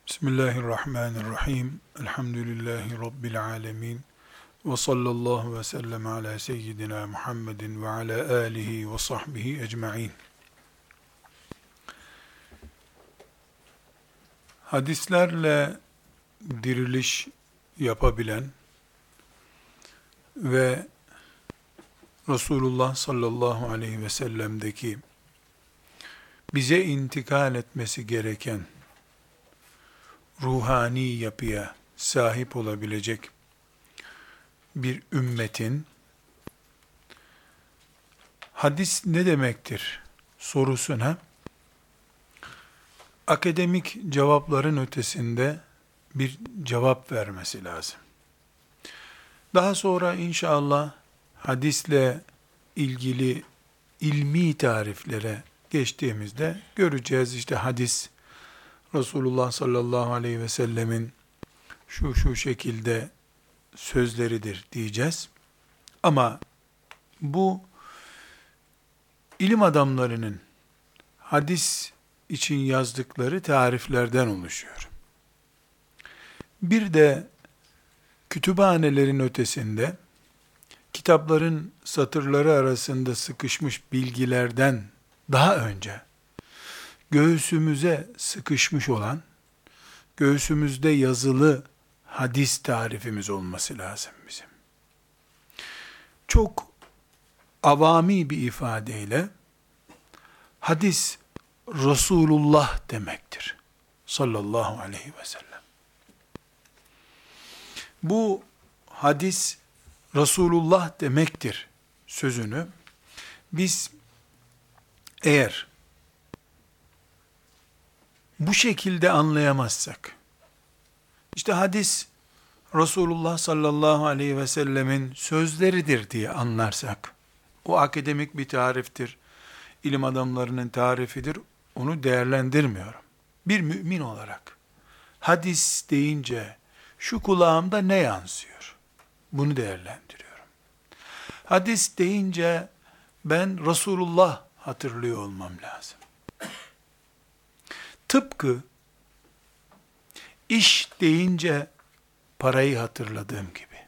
Bismillahirrahmanirrahim. Elhamdülillahi Rabbil alemin. Ve sallallahu ve sellem ala seyyidina Muhammedin ve ala alihi ve sahbihi ecma'in. Hadislerle diriliş yapabilen ve Resulullah sallallahu aleyhi ve sellem'deki bize intikal etmesi gereken ruhani yapıya sahip olabilecek bir ümmetin hadis ne demektir sorusuna akademik cevapların ötesinde bir cevap vermesi lazım. Daha sonra inşallah hadisle ilgili ilmi tariflere geçtiğimizde göreceğiz. İşte hadis Resulullah sallallahu aleyhi ve sellemin şu şekilde sözleridir diyeceğiz. Ama bu ilim adamlarının hadis için yazdıkları tariflerden oluşuyor. Bir de kütüphanelerin ötesinde kitapların satırları arasında sıkışmış bilgilerden daha önce göğsümüze sıkışmış olan, göğsümüzde yazılı hadis tarifimiz olması lazım bizim. Çok avami bir ifadeyle hadis Resulullah demektir. Sallallahu aleyhi ve sellem. Bu hadis Resulullah demektir sözünü biz eğer bu şekilde anlayamazsak, işte hadis Resulullah sallallahu aleyhi ve sellemin sözleridir diye anlarsak, o akademik bir tariftir, ilim adamlarının tarifidir, onu değerlendirmiyorum. Bir mümin olarak, hadis deyince şu kulağımda ne yansıyor? Bunu değerlendiriyorum. Hadis deyince ben Resulullah hatırlıyor olmam lazım. Tıpkı iş deyince parayı hatırladığım gibi.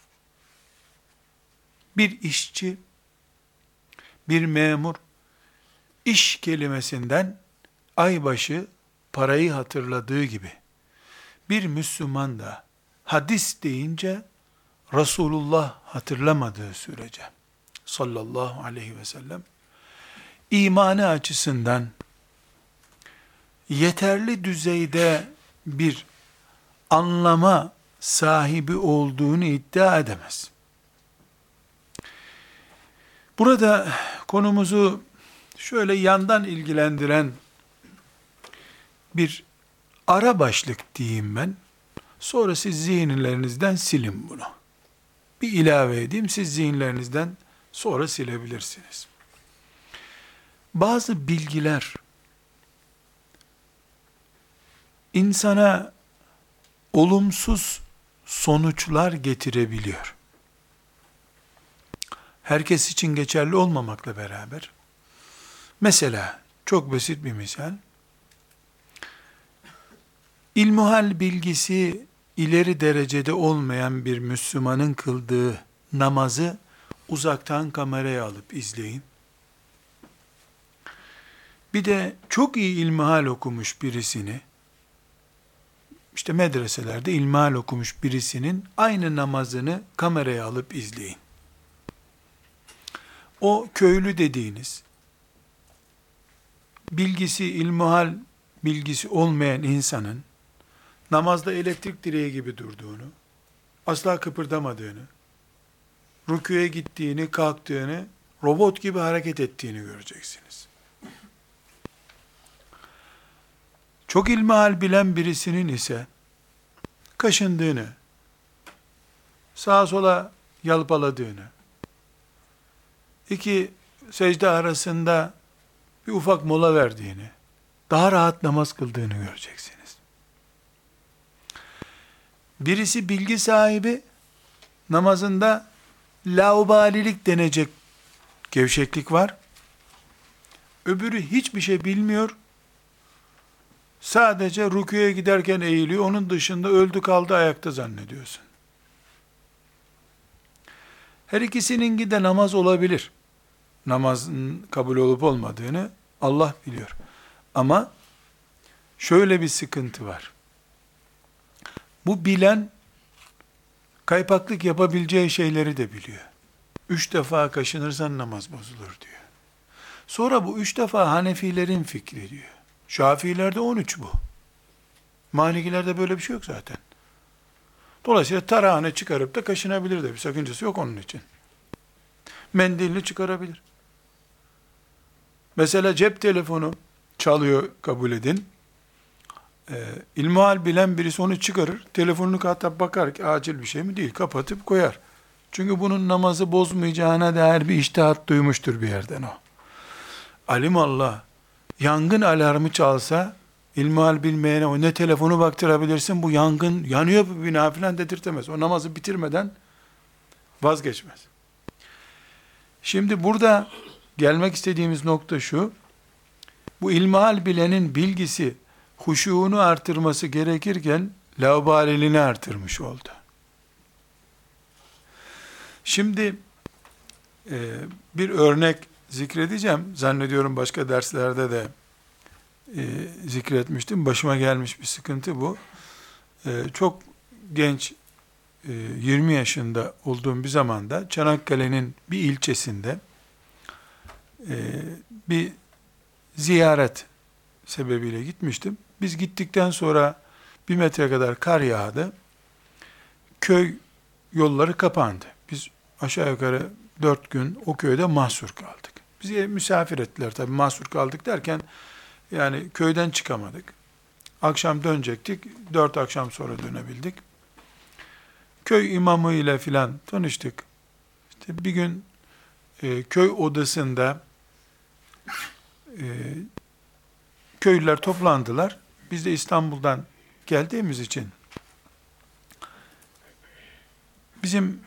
Bir işçi, bir memur, iş kelimesinden aybaşı parayı hatırladığı gibi, bir Müslüman da hadis deyince Resulullah hatırlamadığı sürece, sallallahu aleyhi ve sellem, imanı açısından yeterli düzeyde bir anlama sahibi olduğunu iddia edemez. Burada konumuzu şöyle yandan ilgilendiren bir ara başlık diyeyim ben. Sonra siz zihinlerinizden silin bunu. Bir ilave edeyim, siz zihinlerinizden sonra silebilirsiniz. Bazı bilgiler insana olumsuz sonuçlar getirebiliyor. Herkes için geçerli olmamakla beraber, mesela çok basit bir misal, ilmuhal bilgisi ileri derecede olmayan bir Müslümanın kıldığı namazı uzaktan kameraya alıp izleyin. Bir de çok iyi ilmihal okumuş birisini, işte medreselerde ilmihal okumuş birisinin aynı namazını kameraya alıp izleyin. O köylü dediğiniz, bilgisi, ilmihal bilgisi olmayan insanın, namazda elektrik direği gibi durduğunu, asla kıpırdamadığını, rükûye gittiğini, kalktığını, robot gibi hareket ettiğini göreceksiniz. Çok ilmihal bilen birisinin ise kaşındığını, sağa sola yalpaladığını, iki secde arasında bir ufak mola verdiğini, daha rahat namaz kıldığını göreceksiniz. Birisi bilgi sahibi, namazında laubalilik denecek gevşeklik var. Öbürü hiçbir şey bilmiyor, Sadece rükûya giderken eğiliyor. Onun dışında öldü kaldı ayakta zannediyorsun. Her ikisininki de namaz olabilir. Namazın kabul olup olmadığını Allah biliyor. Ama şöyle bir sıkıntı var. Bu bilen kaypaklık yapabileceği şeyleri de biliyor. 3 defa kaşınırsan namaz bozulur diyor. Sonra bu 3 defa Hanefilerin fikri diyor. Şafilerde 13 bu. Malikilerde böyle bir şey yok zaten. Dolayısıyla tarağını çıkarıp da kaşınabilir de bir sakıncası yok onun için. Mendilini çıkarabilir. Mesela cep telefonu çalıyor kabul edin. İlmihal bilen birisi onu çıkarır. Telefonunu kapatıp bakar ki acil bir şey mi değil. Kapatıp koyar. Çünkü bunun namazı bozmayacağına dair bir içtihat duymuştur bir yerden o. Alimallah, yangın alarmı çalsa, ilmihal bilmeyene o ne telefonu baktırabilirsin, bu yangın, yanıyor bu bina filan dedirtemez. O namazı bitirmeden vazgeçmez. Şimdi burada gelmek istediğimiz nokta şu, bu ilmihal bilenin bilgisi, huşuğunu artırması gerekirken, laubaliliğini artırmış oldu. Şimdi, bir örnek zikredeceğim. Zannediyorum başka derslerde de zikretmiştim. Başıma gelmiş bir sıkıntı bu. Çok genç, 20 yaşında olduğum bir zamanda Çanakkale'nin bir ilçesinde bir ziyaret sebebiyle gitmiştim. Biz gittikten sonra 1 metre kadar kar yağdı. Köy yolları kapandı. Biz aşağı yukarı 4 gün o köyde mahsur kaldık. Bizi misafir ettiler tabii, mahsur kaldık derken yani köyden çıkamadık. Akşam dönecektik. 4 akşam sonra dönebildik. Köy imamı ile filan tanıştık. İşte bir gün köy odasında köylüler toplandılar. Biz de İstanbul'dan geldiğimiz için bizim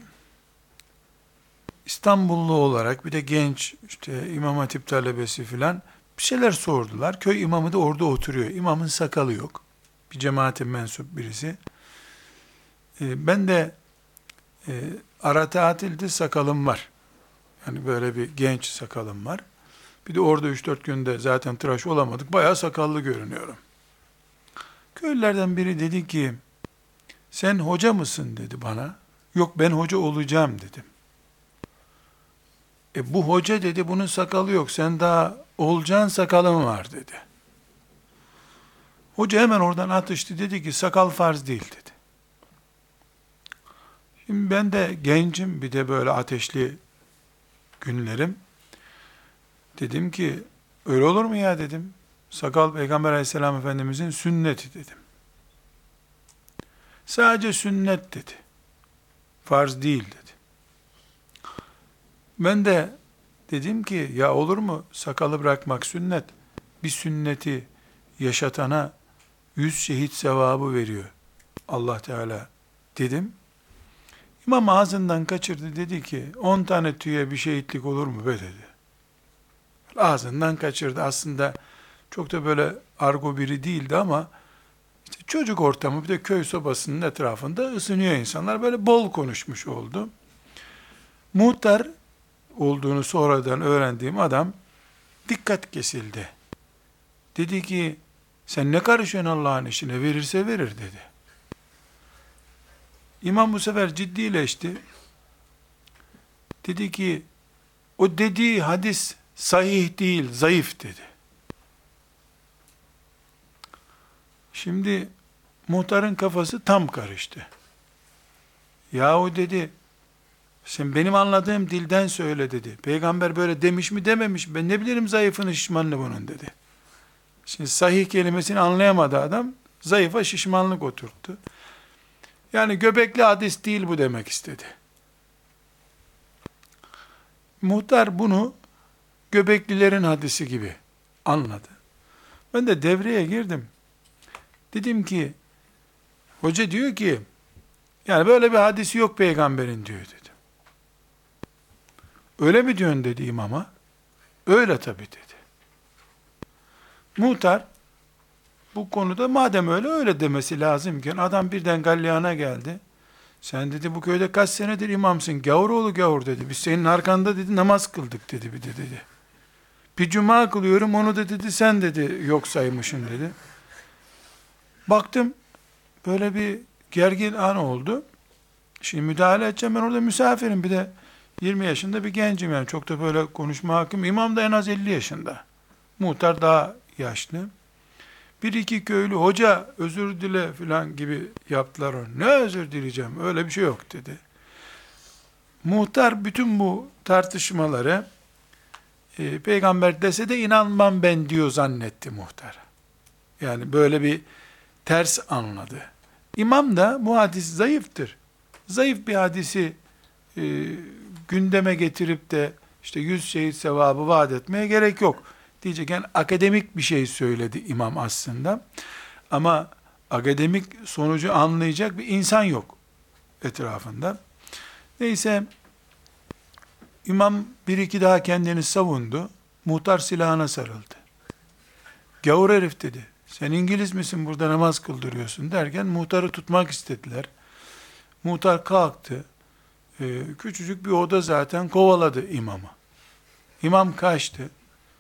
İstanbullu olarak bir de genç işte İmam Hatip talebesi filan bir şeyler sordular. Köy imamı da orada oturuyor. İmamın sakalı yok. Bir cemaate mensup birisi. Ben de ara tatilde sakalım var. Yani böyle bir genç sakalım var. Bir de orada 3-4 günde zaten tıraş olamadık. Bayağı sakallı görünüyorum. Köylülerden biri dedi ki, sen hoca mısın dedi bana. Yok, ben hoca olacağım dedim. Bu hoca dedi, bunun sakalı yok. Sen daha olacağın sakalın var dedi. Hoca hemen oradan atıştı, dedi ki sakal farz değil dedi. Şimdi ben de gencim, bir de böyle ateşli günlerim. Dedim ki öyle olur mu ya dedim. Sakal Peygamber Aleyhisselam Efendimizin sünneti dedim. Sadece sünnet dedi. Farz değil dedi. Ben de dedim ki ya olur mu sakalı bırakmak sünnet. Bir sünneti yaşatana 100 şehit sevabı veriyor Allah Teala dedim. İmam ağzından kaçırdı, dedi ki 10 tane tüye bir şehitlik olur mu be dedi. Ağzından kaçırdı. Aslında çok da böyle argo biri değildi ama işte çocuk ortamı, bir de köy sobasının etrafında ısınıyor insanlar. Böyle bol konuşmuş oldu. Muhtar olduğunu sonradan öğrendiğim adam dikkat kesildi. Dedi ki sen ne karışıyorsun Allah'ın işine, verirse verir dedi. İmam bu sefer ciddileşti. Dedi ki o dediği hadis sahih değil, zayıf dedi. Şimdi muhtarın kafası tam karıştı. Yahu dedi, sen benim anladığım dilden söyle dedi. Peygamber böyle demiş mi dememiş mi? Ben ne bilirim zayıfını şişmanını bunun dedi. Şimdi sahih kelimesini anlayamadı adam. Zayıfa şişmanlık oturttu. Yani göbekli hadis değil bu demek istedi. Muhtar bunu göbeklilerin hadisi gibi anladı. Ben de devreye girdim. Dedim ki, hoca diyor ki, yani böyle bir hadisi yok peygamberin diyor dedim. Öyle mi diyorsun dedi imama. Öyle tabii dedi. Muhtar, bu konuda madem öyle demesi lazımken adam birden galyana geldi. Sen dedi bu köyde kaç senedir imamsın? Gavuroğlu gavur dedi. Biz senin arkanda dedi namaz kıldık dedi bir de dedi. Bir cuma kılıyorum onu da dedi sen dedi yok saymışsın dedi. Baktım böyle bir gergin an oldu. Şimdi müdahale edeceğim, ben orada misafirim, bir de 20 yaşında bir gencim, yani çok da böyle konuşma hakkım. İmam da en az 50 yaşında. Muhtar daha yaşlı. Bir iki köylü hoca özür dile filan gibi yaptılar onu. Ne özür dileyeceğim, öyle bir şey yok dedi. Muhtar bütün bu tartışmaları peygamber dese de inanmam ben diyor zannetti muhtar. Yani böyle bir ters anladı. İmam da bu hadis zayıftır. Zayıf bir hadisi gündeme getirip de işte 100 şehit sevabı vaat etmeye gerek yok diyecekken akademik bir şey söyledi imam aslında. Ama akademik sonucu anlayacak bir insan yok etrafında. Neyse imam bir iki daha kendini savundu. Muhtar silahına sarıldı. Gavur herif dedi. Sen İngiliz misin burada namaz kıldırıyorsun derken muhtarı tutmak istediler. Muhtar kalktı. Küçücük bir oda zaten, kovaladı imamı. İmam kaçtı.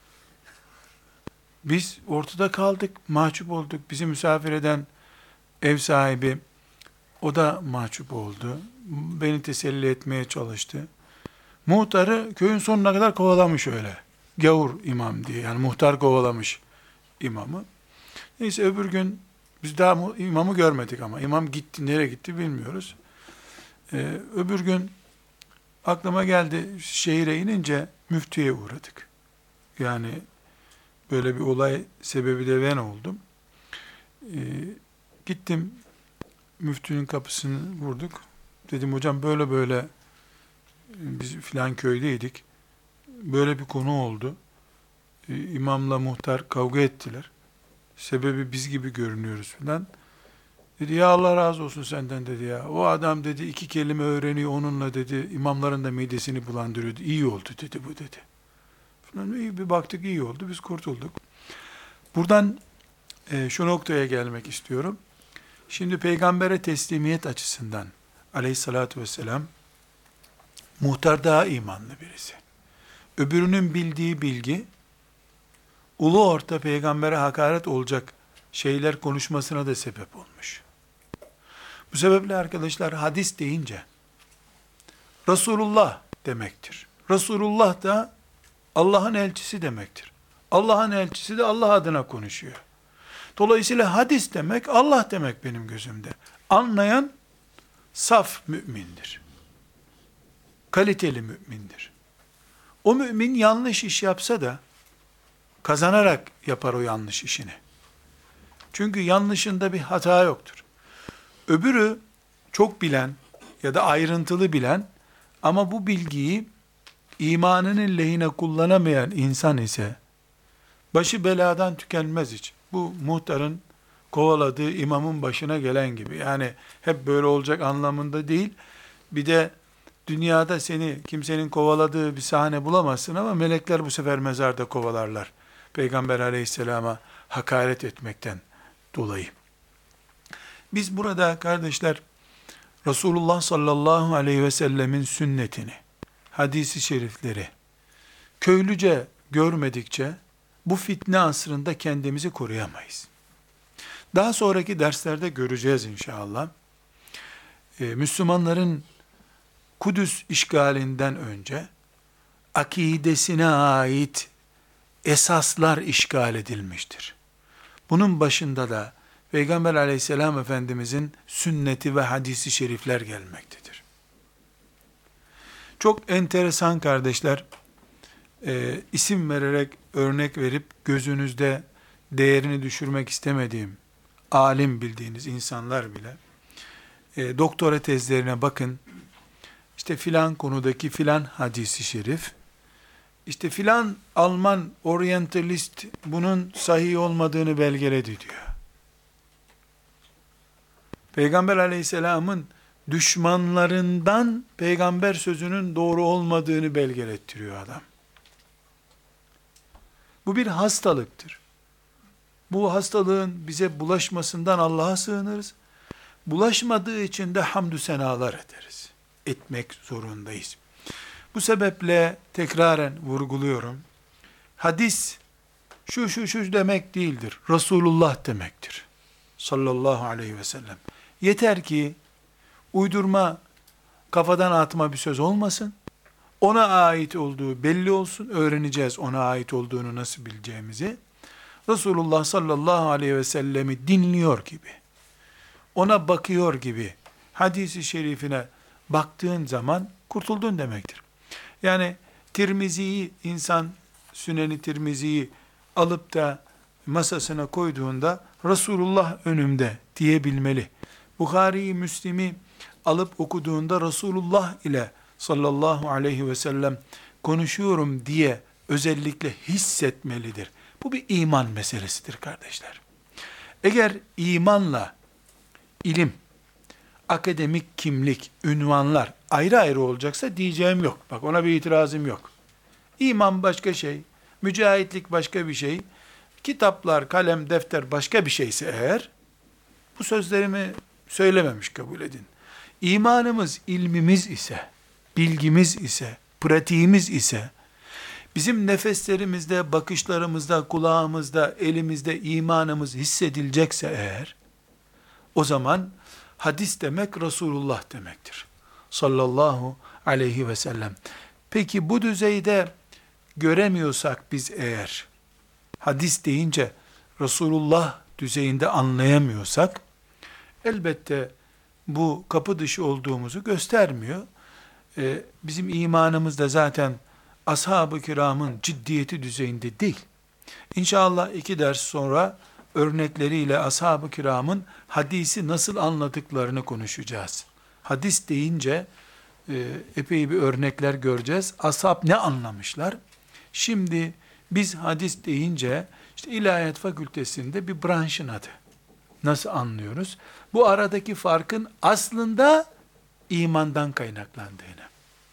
Biz ortada kaldık, mahcup olduk. Bizi misafir eden ev sahibi, o da mahcup oldu. Beni teselli etmeye çalıştı. Muhtarı köyün sonuna kadar kovalamış öyle. Gavur imam diye, yani muhtar kovalamış imamı. Neyse öbür gün, biz daha imamı görmedik ama imam gitti, nereye gitti bilmiyoruz. Öbür gün aklıma geldi, şehire inince müftüye uğradık. Yani böyle bir olay sebebi de ben oldum. Gittim, müftünün kapısını vurduk. Dedim hocam böyle böyle biz filan köydeydik. Böyle bir konu oldu. İmamla muhtar kavga ettiler. Sebebi biz gibi görünüyoruz filan. Dedi ya Allah razı olsun senden dedi ya. O adam dedi 2 kelime öğreniyor onunla dedi. İmamların da midesini bulandırıyordu. İyi oldu dedi bu dedi. Falan. İyi bir baktık iyi oldu. Biz kurtulduk. Buradan şu noktaya gelmek istiyorum. Şimdi peygambere teslimiyet açısından aleyhissalatü vesselam muhtar daha imanlı birisi. Öbürünün bildiği bilgi ulu orta peygambere hakaret olacak şeyler konuşmasına da sebep olmuş. Bu sebeple arkadaşlar hadis deyince Resulullah demektir. Resulullah da Allah'ın elçisi demektir. Allah'ın elçisi de Allah adına konuşuyor. Dolayısıyla hadis demek Allah demek benim gözümde. Anlayan saf mümindir. Kaliteli mümindir. O mümin yanlış iş yapsa da kazanarak yapar o yanlış işini. Çünkü yanlışında bir hata yoktur. Öbürü çok bilen ya da ayrıntılı bilen ama bu bilgiyi imanının lehine kullanamayan insan ise başı beladan tükenmez hiç. Bu muhtarın kovaladığı imamın başına gelen gibi. Yani hep böyle olacak anlamında değil. Bir de dünyada seni kimsenin kovaladığı bir sahne bulamazsın ama melekler bu sefer mezarda kovalarlar. Peygamber aleyhisselama hakaret etmekten dolayı. Biz burada kardeşler Resulullah sallallahu aleyhi ve sellemin sünnetini, hadisi şerifleri köylüce görmedikçe bu fitne asrında kendimizi koruyamayız. Daha sonraki derslerde göreceğiz inşallah. Müslümanların Kudüs işgalinden önce akidesine ait esaslar işgal edilmiştir. Bunun başında da Peygamber aleyhisselam Efendimizin sünneti ve hadisi şerifler gelmektedir. Çok enteresan kardeşler, isim vererek örnek verip gözünüzde değerini düşürmek istemediğim alim bildiğiniz insanlar bile doktora tezlerine bakın, işte filan konudaki filan hadisi şerif, işte filan Alman oryantalist bunun sahih olmadığını belgeledi diyor. Peygamber aleyhisselamın düşmanlarından peygamber sözünün doğru olmadığını belgelettiriyor adam. Bu bir hastalıktır. Bu hastalığın bize bulaşmasından Allah'a sığınırız. Bulaşmadığı için de hamdü senalar ederiz. Etmek zorundayız. Bu sebeple tekraren vurguluyorum. Hadis şu demek değildir. Resulullah demektir. Sallallahu aleyhi ve sellem. Yeter ki uydurma, kafadan atma bir söz olmasın. Ona ait olduğu belli olsun. Öğreneceğiz ona ait olduğunu nasıl bileceğimizi. Resulullah sallallahu aleyhi ve sellemi dinliyor gibi, ona bakıyor gibi hadisi şerifine baktığın zaman kurtuldun demektir. Yani Tirmizi'yi, insan Süneni Tirmizi'yi alıp da masasına koyduğunda Resulullah önümde diyebilmeli. Bukhari'yi, Müslim'i alıp okuduğunda Resulullah ile sallallahu aleyhi ve sellem konuşuyorum diye özellikle hissetmelidir. Bu bir iman meselesidir kardeşler. Eğer imanla ilim, akademik kimlik, ünvanlar ayrı ayrı olacaksa diyeceğim yok. Bak, ona bir itirazım yok. İman başka şey, mücahitlik başka bir şey, kitaplar, kalem, defter başka bir şeyse eğer, bu sözlerimi söylememiş kabul edin. İmanımız, ilmimiz ise, bilgimiz ise, pratiğimiz ise, bizim nefeslerimizde, bakışlarımızda, kulağımızda, elimizde imanımız hissedilecekse eğer, o zaman hadis demek Resulullah demektir. Sallallahu aleyhi ve sellem. Peki bu düzeyde göremiyorsak biz eğer, hadis deyince Resulullah düzeyinde anlayamıyorsak, elbette bu kapı dışı olduğumuzu göstermiyor. Bizim imanımız da zaten ashab-ı kiramın ciddiyeti düzeyinde değil. İnşallah 2 ders sonra örnekleriyle ashab-ı kiramın hadisi nasıl anladıklarını konuşacağız. Hadis deyince epey bir örnekler göreceğiz. Ashab ne anlamışlar? Şimdi biz hadis deyince işte İlahiyat Fakültesinde bir branşın adı. Nasıl anlıyoruz? Bu aradaki farkın aslında imandan kaynaklandığını.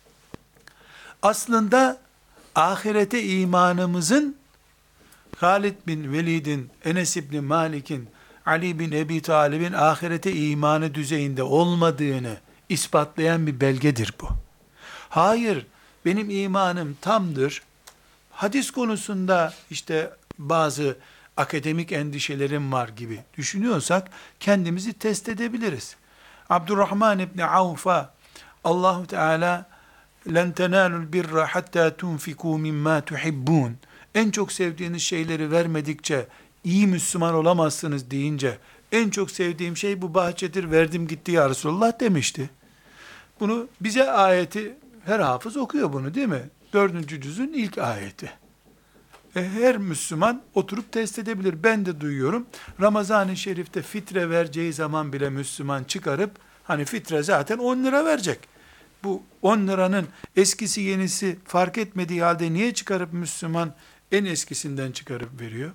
Aslında ahirete imanımızın Halid bin Velid'in, Enes bin Malik'in, Ali bin Ebi Talib'in ahirete imanı düzeyinde olmadığını ispatlayan bir belgedir bu. Hayır, benim imanım tamdır. Hadis konusunda işte bazı akademik endişelerim var gibi düşünüyorsak kendimizi test edebiliriz. Abdurrahman İbni Avf'a Allahu Teala "Len tenalul birra hatta tunfiku mimma tuhibbun." En çok sevdiğiniz şeyleri vermedikçe iyi Müslüman olamazsınız deyince, en çok sevdiğim şey bu bahçedir, verdim gitti ya Resulullah demişti. Bunu bize ayeti, her hafız okuyor bunu değil mi? 4. cüzün ilk ayeti. Her Müslüman oturup test edebilir. Ben de duyuyorum. Ramazan-ı Şerif'te fitre vereceği zaman bile Müslüman çıkarıp, hani fitre zaten 10 lira verecek. Bu 10 liranın eskisi yenisi fark etmediği halde niye çıkarıp Müslüman en eskisinden çıkarıp veriyor?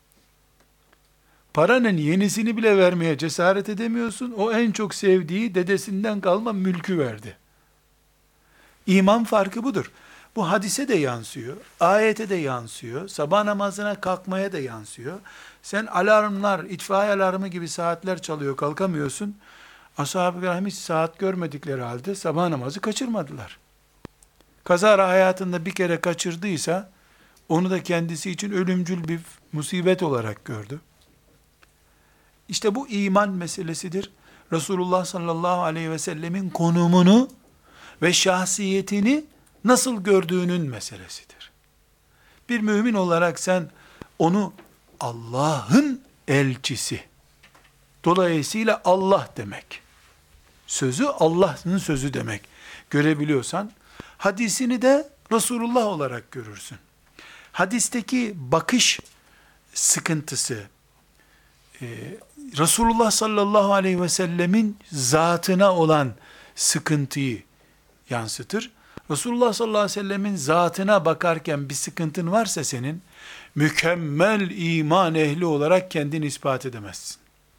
Paranın yenisini bile vermeye cesaret edemiyorsun. O en çok sevdiği dedesinden kalma mülkü verdi. İman farkı budur. Bu hadise de yansıyor, ayete de yansıyor, sabah namazına kalkmaya da yansıyor. Sen alarmlar, itfaiye alarmı gibi saatler çalıyor, kalkamıyorsun. Ashab-ı kiram hiç saat görmedikleri halde sabah namazı kaçırmadılar. Kazara hayatında bir kere kaçırdıysa, onu da kendisi için ölümcül bir musibet olarak gördü. İşte bu iman meselesidir. Resulullah sallallahu aleyhi ve sellemin konumunu ve şahsiyetini nasıl gördüğünün meselesidir. Bir mümin olarak sen onu Allah'ın elçisi, dolayısıyla Allah demek, sözü Allah'ın sözü demek görebiliyorsan, hadisini de Resulullah olarak görürsün. Hadisteki bakış sıkıntısı, Resulullah sallallahu aleyhi ve sellemin zatına olan sıkıntıyı yansıtır. Resulullah sallallahu aleyhi ve sellemin zatına bakarken bir sıkıntın varsa senin, mükemmel iman ehli olarak kendini ispat edemezsin.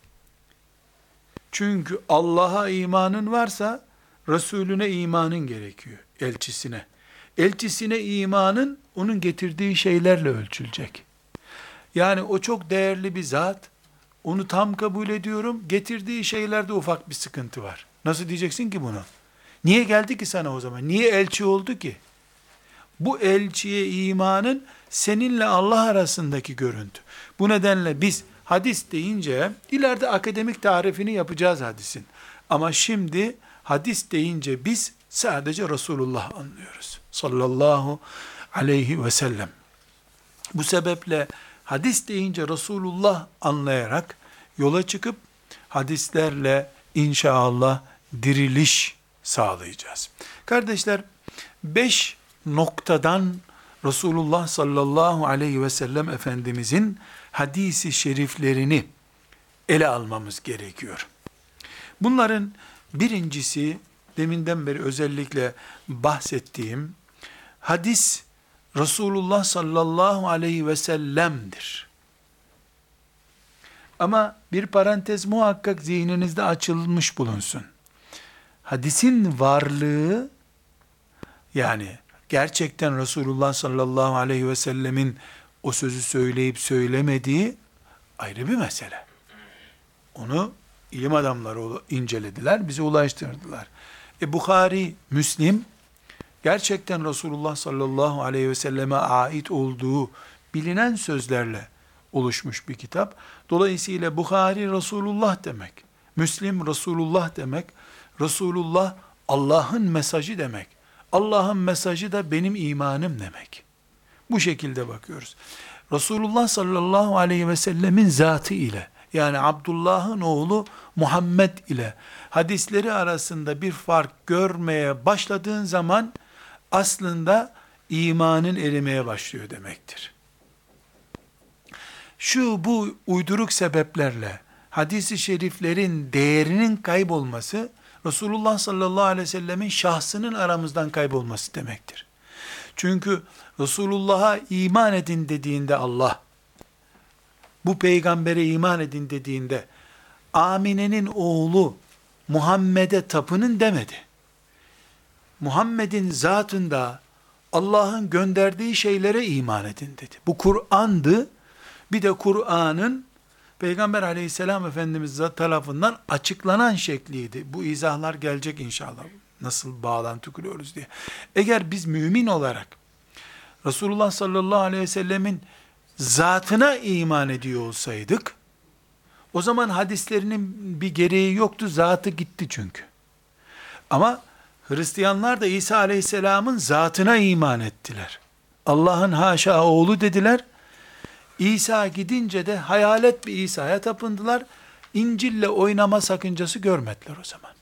Çünkü Allah'a imanın varsa, Resulüne imanın gerekiyor, elçisine. Elçisine imanın, onun getirdiği şeylerle ölçülecek. Yani o çok değerli bir zat. Onu tam kabul ediyorum. Getirdiği şeylerde ufak bir sıkıntı var. Nasıl diyeceksin ki bunu? Niye geldi ki sana o zaman? Niye elçi oldu ki? Bu elçiye imanın seninle Allah arasındaki görüntü. Bu nedenle biz hadis deyince ileride akademik tarifini yapacağız hadisin. Ama şimdi hadis deyince biz sadece Resulullah anlıyoruz. Sallallahu aleyhi ve sellem. Bu sebeple hadis deyince Resulullah anlayarak yola çıkıp hadislerle inşallah diriliş sağlayacağız. Kardeşler, 5 noktadan Resulullah sallallahu aleyhi ve sellem Efendimizin hadisi şeriflerini ele almamız gerekiyor. Bunların birincisi, deminden beri özellikle bahsettiğim, hadis Resulullah sallallahu aleyhi ve sellem'dir. Ama bir parantez muhakkak zihninizde açılmış bulunsun. Hadisin varlığı, yani gerçekten Resulullah sallallahu aleyhi ve sellemin o sözü söyleyip söylemediği ayrı bir mesele. Onu ilim adamları incelediler, bize ulaştırdılar. Bukhari, Müslim, gerçekten Resulullah sallallahu aleyhi ve selleme ait olduğu bilinen sözlerle oluşmuş bir kitap. Dolayısıyla Bukhari Resulullah demek, Müslim Resulullah demek, Resulullah Allah'ın mesajı demek. Allah'ın mesajı da benim imanım demek. Bu şekilde bakıyoruz. Resulullah sallallahu aleyhi ve sellemin zatı ile, yani Abdullah'ın oğlu Muhammed ile hadisleri arasında bir fark görmeye başladığın zaman aslında imanın erimeye başlıyor demektir. Bu uyduruk sebeplerle hadis-i şeriflerin değerinin kaybolması, Resulullah sallallahu aleyhi ve sellemin şahsının aramızdan kaybolması demektir. Çünkü Resulullah'a iman edin dediğinde Allah, bu peygambere iman edin dediğinde, Amine'nin oğlu Muhammed'e tapının demedi. Muhammed'in zatında Allah'ın gönderdiği şeylere iman edin dedi. Bu Kur'an'dı. Bir de Kur'an'ın Peygamber aleyhisselam Efendimiz tarafından açıklanan şekliydi. Bu izahlar gelecek inşallah. Nasıl bağlantı kuruyoruz diye. Eğer biz mümin olarak Resulullah sallallahu aleyhi ve sellemin zatına iman ediyor olsaydık, o zaman hadislerinin bir gereği yoktu. Zatı gitti çünkü. Ama Hristiyanlar da İsa aleyhisselamın zatına iman ettiler. Allah'ın haşa oğlu dediler. İsa gidince de hayalet bir İsa'ya tapındılar. İncil'le oynama sakıncası görmediler o zaman.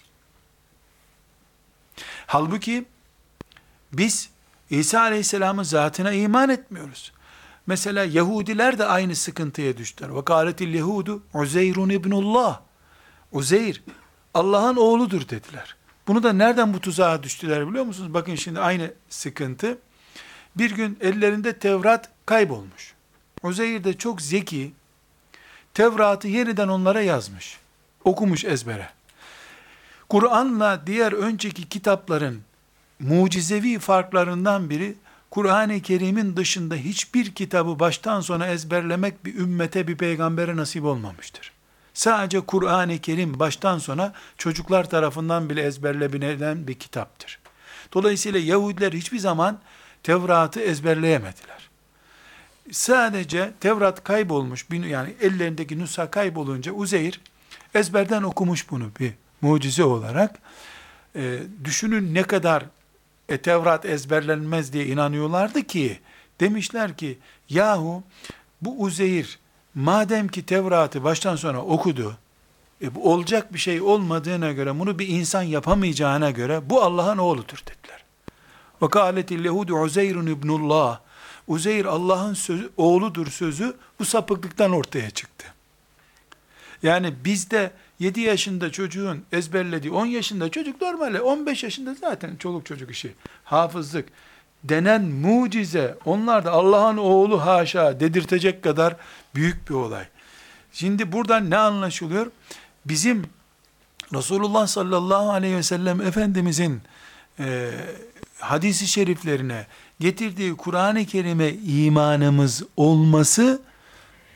Halbuki biz İsa aleyhisselamın zatına iman etmiyoruz. Mesela Yahudiler de aynı sıkıntıya düştüler. Ve kâletil Yehudu Uzeyrun ibnullah. Uzeyr Allah'ın oğludur dediler. Bunu da nereden bu tuzağa düştüler biliyor musunuz? Bakın şimdi aynı sıkıntı. Bir gün ellerinde Tevrat kaybolmuş. Uzeyr de çok zeki, Tevrat'ı yeniden onlara yazmış. Okumuş ezbere. Kur'an'la diğer önceki kitapların mucizevi farklarından biri, Kur'an-ı Kerim'in dışında hiçbir kitabı baştan sona ezberlemek bir ümmete, bir peygambere nasip olmamıştır. Sadece Kur'an-ı Kerim baştan sona çocuklar tarafından bile ezberlenebilen bir kitaptır. Dolayısıyla Yahudiler hiçbir zaman Tevrat'ı ezberleyemediler. Sadece Tevrat kaybolmuş, yani ellerindeki nüsha kaybolunca Uzeyr ezberden okumuş bunu bir mucize olarak. Düşünün ne kadar Tevrat ezberlenmez diye inanıyorlardı ki, demişler ki, yahu bu Uzeyr madem ki Tevrat'ı baştan sona okudu, bu olacak bir şey olmadığına göre, bunu bir insan yapamayacağına göre, bu Allah'ın oğludur dediler. Ve kâletil Yehudu Uzeyrun ibnullah. Uzeyr Allah'ın oğludur sözü bu sapıklıktan ortaya çıktı. Yani bizde 7 yaşında çocuğun ezberlediği, 10 yaşında çocuk normalde 15 yaşında zaten çoluk çocuk işi, hafızlık denen mucize, onlar da Allah'ın oğlu haşa dedirtecek kadar büyük bir olay. Şimdi buradan ne anlaşılıyor? Bizim Resulullah sallallahu aleyhi ve sellem Efendimizin hadisi şeriflerine, getirdiği Kur'an-ı Kerim'e imanımız olması,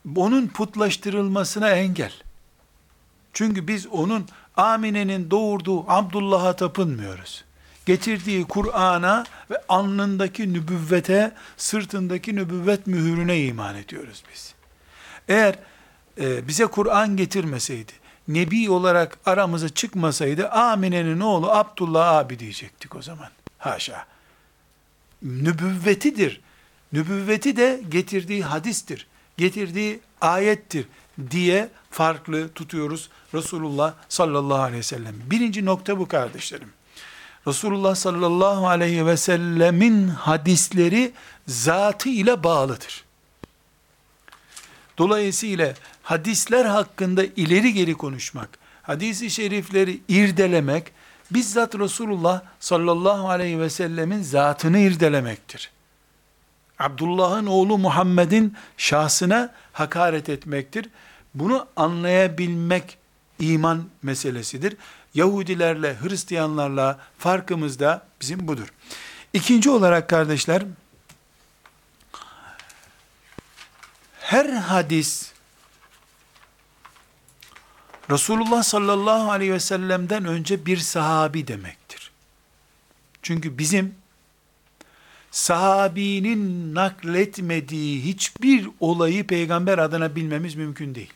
onun putlaştırılmasına engel. Çünkü biz onun Amine'nin doğurduğu Abdullah'a tapınmıyoruz. Getirdiği Kur'an'a ve alnındaki nübüvvete, sırtındaki nübüvvet mühürüne iman ediyoruz biz. Eğer bize Kur'an getirmeseydi, Nebi olarak aramıza çıkmasaydı, Amine'nin oğlu Abdullah abi diyecektik o zaman. Haşa. Nübüvvetidir. Nübüvveti de getirdiği hadistir, getirdiği ayettir diye farklı tutuyoruz Resulullah sallallahu aleyhi ve sellem. Birinci nokta bu kardeşlerim. Resulullah sallallahu aleyhi ve sellemin hadisleri zatı ile bağlıdır. Dolayısıyla hadisler hakkında ileri geri konuşmak, hadis-i şerifleri irdelemek, bizzat Resulullah sallallahu aleyhi ve sellemin zatını irdelemektir. Abdullah'ın oğlu Muhammed'in şahsına hakaret etmektir. Bunu anlayabilmek iman meselesidir. Yahudilerle, Hristiyanlarla farkımız da bizim budur. İkinci olarak kardeşler, her hadis Resulullah sallallahu aleyhi ve sellem'den önce bir sahabi demektir. Çünkü bizim sahabinin nakletmediği hiçbir olayı peygamber adına bilmemiz mümkün değil.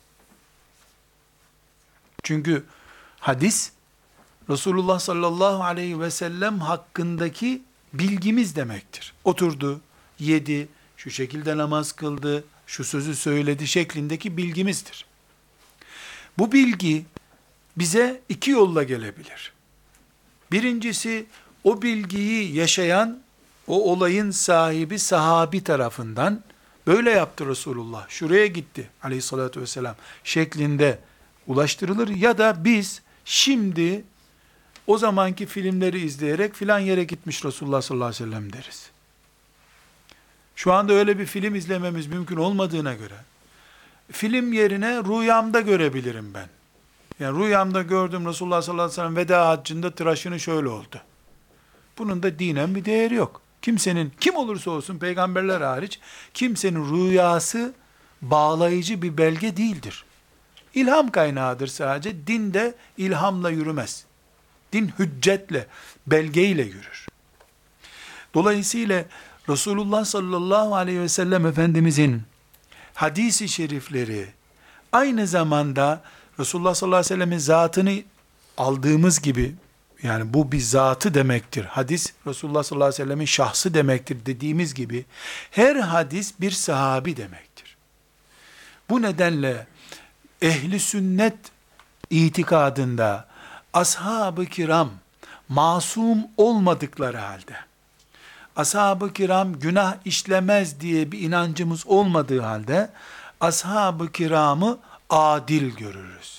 Çünkü hadis Resulullah sallallahu aleyhi ve sellem hakkındaki bilgimiz demektir. Oturdu, yedi, şu şekilde namaz kıldı, şu sözü söyledi şeklindeki bilgimizdir. Bu bilgi bize iki yolla gelebilir. Birincisi, o bilgiyi yaşayan, o olayın sahibi sahabi tarafından, böyle yaptı Resulullah, şuraya gitti aleyhissalatü vesselam şeklinde ulaştırılır. Ya da biz şimdi o zamanki filmleri izleyerek filan yere gitmiş Resulullah sallallahu aleyhi ve sellem deriz. Şu anda öyle bir film izlememiz mümkün olmadığına göre, film yerine rüyamda görebilirim ben. Yani rüyamda gördüm Resulullah sallallahu aleyhi ve sellem veda haccında tıraşını şöyle oldu. Bunun da dinen bir değeri yok. Kimsenin, kim olursa olsun peygamberler hariç, kimsenin rüyası bağlayıcı bir belge değildir. İlham kaynağıdır sadece. Din de ilhamla yürümez. Din hüccetle, belgeyle yürür. Dolayısıyla Resulullah sallallahu aleyhi ve sellem Efendimizin hadis-i şerifleri aynı zamanda Resulullah sallallahu aleyhi ve sellemin zatını aldığımız gibi, yani bu bir zatı demektir. Hadis Resulullah sallallahu aleyhi ve sellemin şahsı demektir dediğimiz gibi, her hadis bir sahabi demektir. Bu nedenle ehli sünnet itikadında ashab-ı kiram masum olmadıkları halde, ashab-ı kiram günah işlemez diye bir inancımız olmadığı halde, ashab-ı kiramı adil görürüz.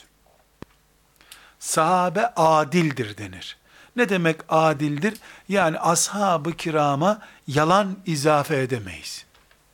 Sahabe adildir denir. Ne demek adildir? Yani ashab-ı kirama yalan izafe edemeyiz.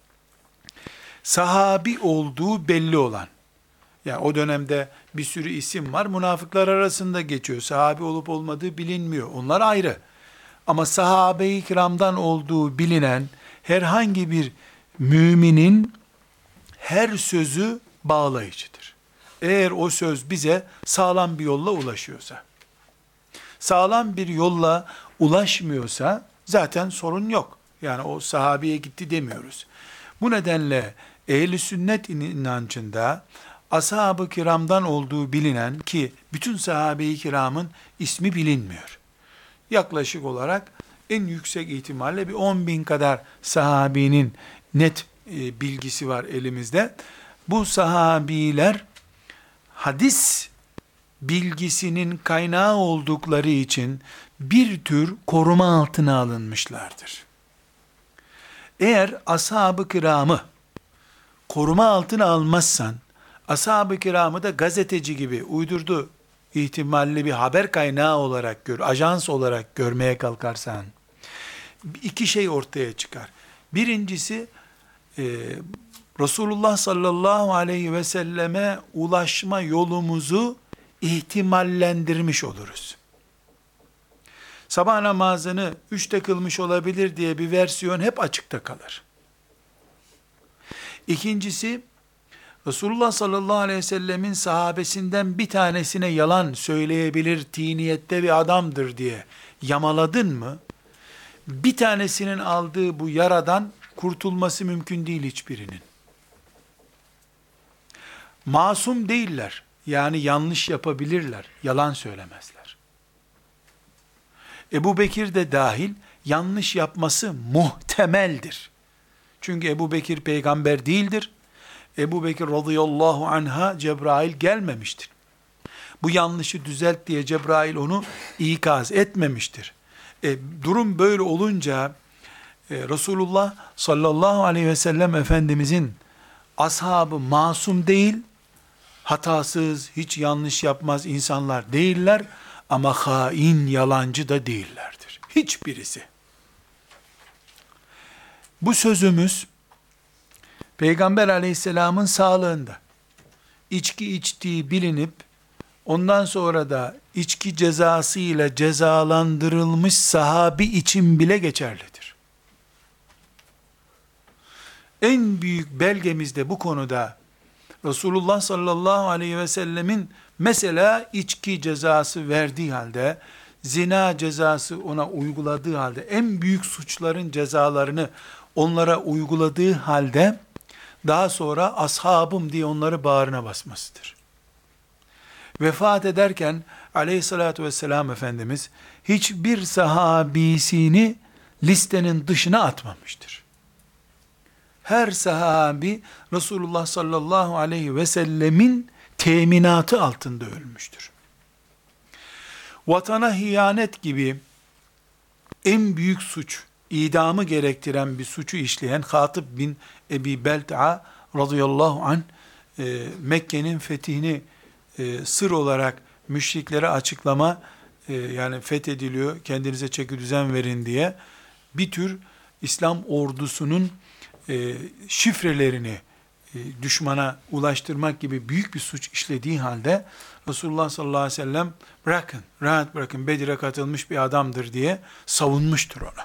Sahabi olduğu belli olan, yani o dönemde bir sürü isim var, münafıklar arasında geçiyor. Sahabi olup olmadığı bilinmiyor. Onlar ayrı. Ama sahabe-i kiramdan olduğu bilinen herhangi bir müminin her sözü bağlayıcıdır. Eğer o söz bize sağlam bir yolla ulaşıyorsa, sağlam bir yolla ulaşmıyorsa zaten sorun yok. Yani o sahabeye gitti demiyoruz. Bu nedenle ehl-i sünnet inancında ashab-ı kiramdan olduğu bilinen, ki bütün sahabe-i kiramın ismi bilinmiyor. Yaklaşık olarak en yüksek ihtimalle bir 10.000 kadar sahabinin net bilgisi var elimizde. Bu sahabiler hadis bilgisinin kaynağı oldukları için bir tür koruma altına alınmışlardır. Eğer ashab-ı kiramı koruma altına almazsan, ashab-ı kiramı da gazeteci gibi uydurdu ihtimalli bir haber kaynağı olarak ajans olarak görmeye kalkarsan, iki şey ortaya çıkar. Birincisi, Resulullah sallallahu aleyhi ve selleme ulaşma yolumuzu ihtimallendirmiş oluruz. Sabah namazını 3'te kılmış olabilir diye bir versiyon hep açıkta kalır. İkincisi, Resulullah sallallahu aleyhi ve sellemin sahabesinden bir tanesine yalan söyleyebilir tiniyette bir adamdır diye yamaladın mı, bir tanesinin aldığı bu yaradan kurtulması mümkün değil hiçbirinin. Masum değiller. Yani yanlış yapabilirler. Yalan söylemezler. Ebu Bekir de dahil yanlış yapması muhtemeldir. Çünkü Ebu Bekir peygamber değildir. Ebu Bekir radıyallahu anha Cebrail gelmemiştir. Bu yanlışı düzelt diye Cebrail onu ikaz etmemiştir. Durum böyle olunca Resulullah sallallahu aleyhi ve sellem Efendimizin ashabı masum değil, hatasız, hiç yanlış yapmaz insanlar değiller ama hain, yalancı da değillerdir. Hiçbirisi. Bu sözümüz Peygamber aleyhisselamın sağlığında içki içtiği bilinip ondan sonra da içki cezası ile cezalandırılmış sahabi için bile geçerlidir. En büyük belgemizde bu konuda Resulullah sallallahu aleyhi ve sellemin mesela içki cezası verdiği halde, zina cezası ona uyguladığı halde, en büyük suçların cezalarını onlara uyguladığı halde, daha sonra ashabım diye onları bağrına basmasıdır. Vefat ederken aleyhissalatü vesselam Efendimiz hiçbir sahabisini listenin dışına atmamıştır. Her sahabi Resulullah sallallahu aleyhi ve sellemin teminatı altında ölmüştür. Vatana hiyanet gibi en büyük suç, idamı gerektiren bir suçu işleyen Hatib bin Ebi Belta'a radıyallahu anh, Mekke'nin fethini sır olarak müşriklere açıklama, yani fethediliyor, kendinize çeki düzen verin diye bir tür İslam ordusunun şifrelerini düşmana ulaştırmak gibi büyük bir suç işlediği halde Resulullah sallallahu aleyhi ve sellem bırakın, rahat bırakın, Bedir'e katılmış bir adamdır diye savunmuştur ona.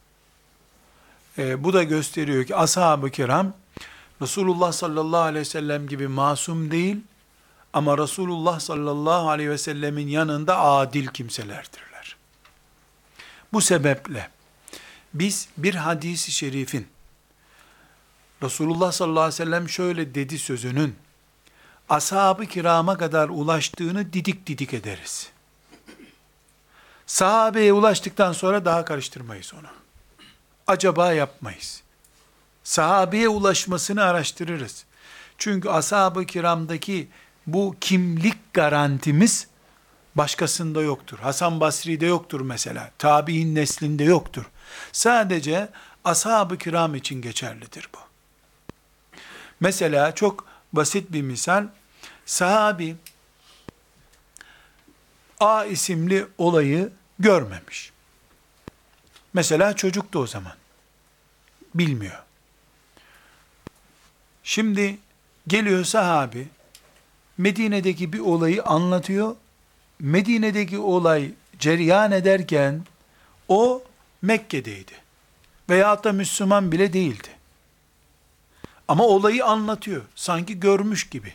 Bu da gösteriyor ki ashab-ı kiram Resulullah sallallahu aleyhi ve sellem gibi masum değil ama Resulullah sallallahu aleyhi ve sellemin yanında adil kimselerdirler. Bu sebeple biz bir hadis-i şerifin Resulullah sallallahu aleyhi ve sellem şöyle dedi sözünün ashab-ı kirama kadar ulaştığını didik didik ederiz. Sahabeye ulaştıktan sonra daha karıştırmayız onu. Acaba yapmayız. Sahabeye ulaşmasını araştırırız. Çünkü ashab-ı kiramdaki bu kimlik garantimiz başkasında yoktur. Hasan Basri'de yoktur mesela. Tabi'in neslinde yoktur. Sadece ashab-ı kiram için geçerlidir bu. Mesela çok basit bir misal. Sahabi A isimli olayı görmemiş. Mesela çocuktu o zaman. Bilmiyor. Şimdi geliyor sahabi, Medine'deki bir olayı anlatıyor. Medine'deki olay cereyan ederken o Mekke'deydi. Veyahut da Müslüman bile değildi. Ama olayı anlatıyor. Sanki görmüş gibi.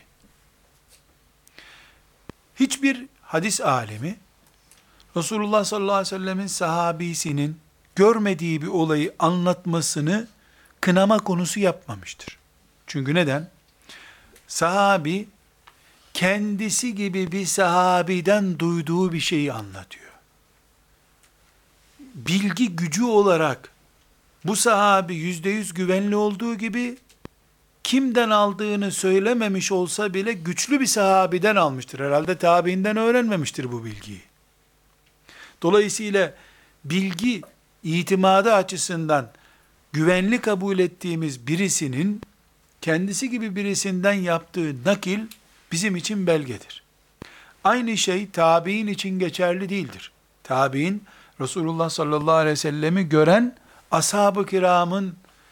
Hiçbir hadis alemi Resulullah sallallahu aleyhi ve sellemin sahabisinin görmediği bir olayı anlatmasını kınama konusu yapmamıştır. Çünkü neden? Sahabi kendisi gibi bir sahabiden duyduğu bir şeyi anlatıyor. Bilgi gücü olarak bu sahabi %100 güvenli olduğu gibi kimden aldığını söylememiş olsa bile güçlü bir sahabiden almıştır. Herhalde tabiinden öğrenmemiştir bu bilgiyi. Dolayısıyla bilgi itimadı açısından güvenli kabul ettiğimiz birisinin kendisi gibi birisinden yaptığı nakil bizim için belgedir. Aynı şey tabiin için geçerli değildir. Tabiin Resulullah sallallahu aleyhi ve sellemi gören ashab-ı kiramın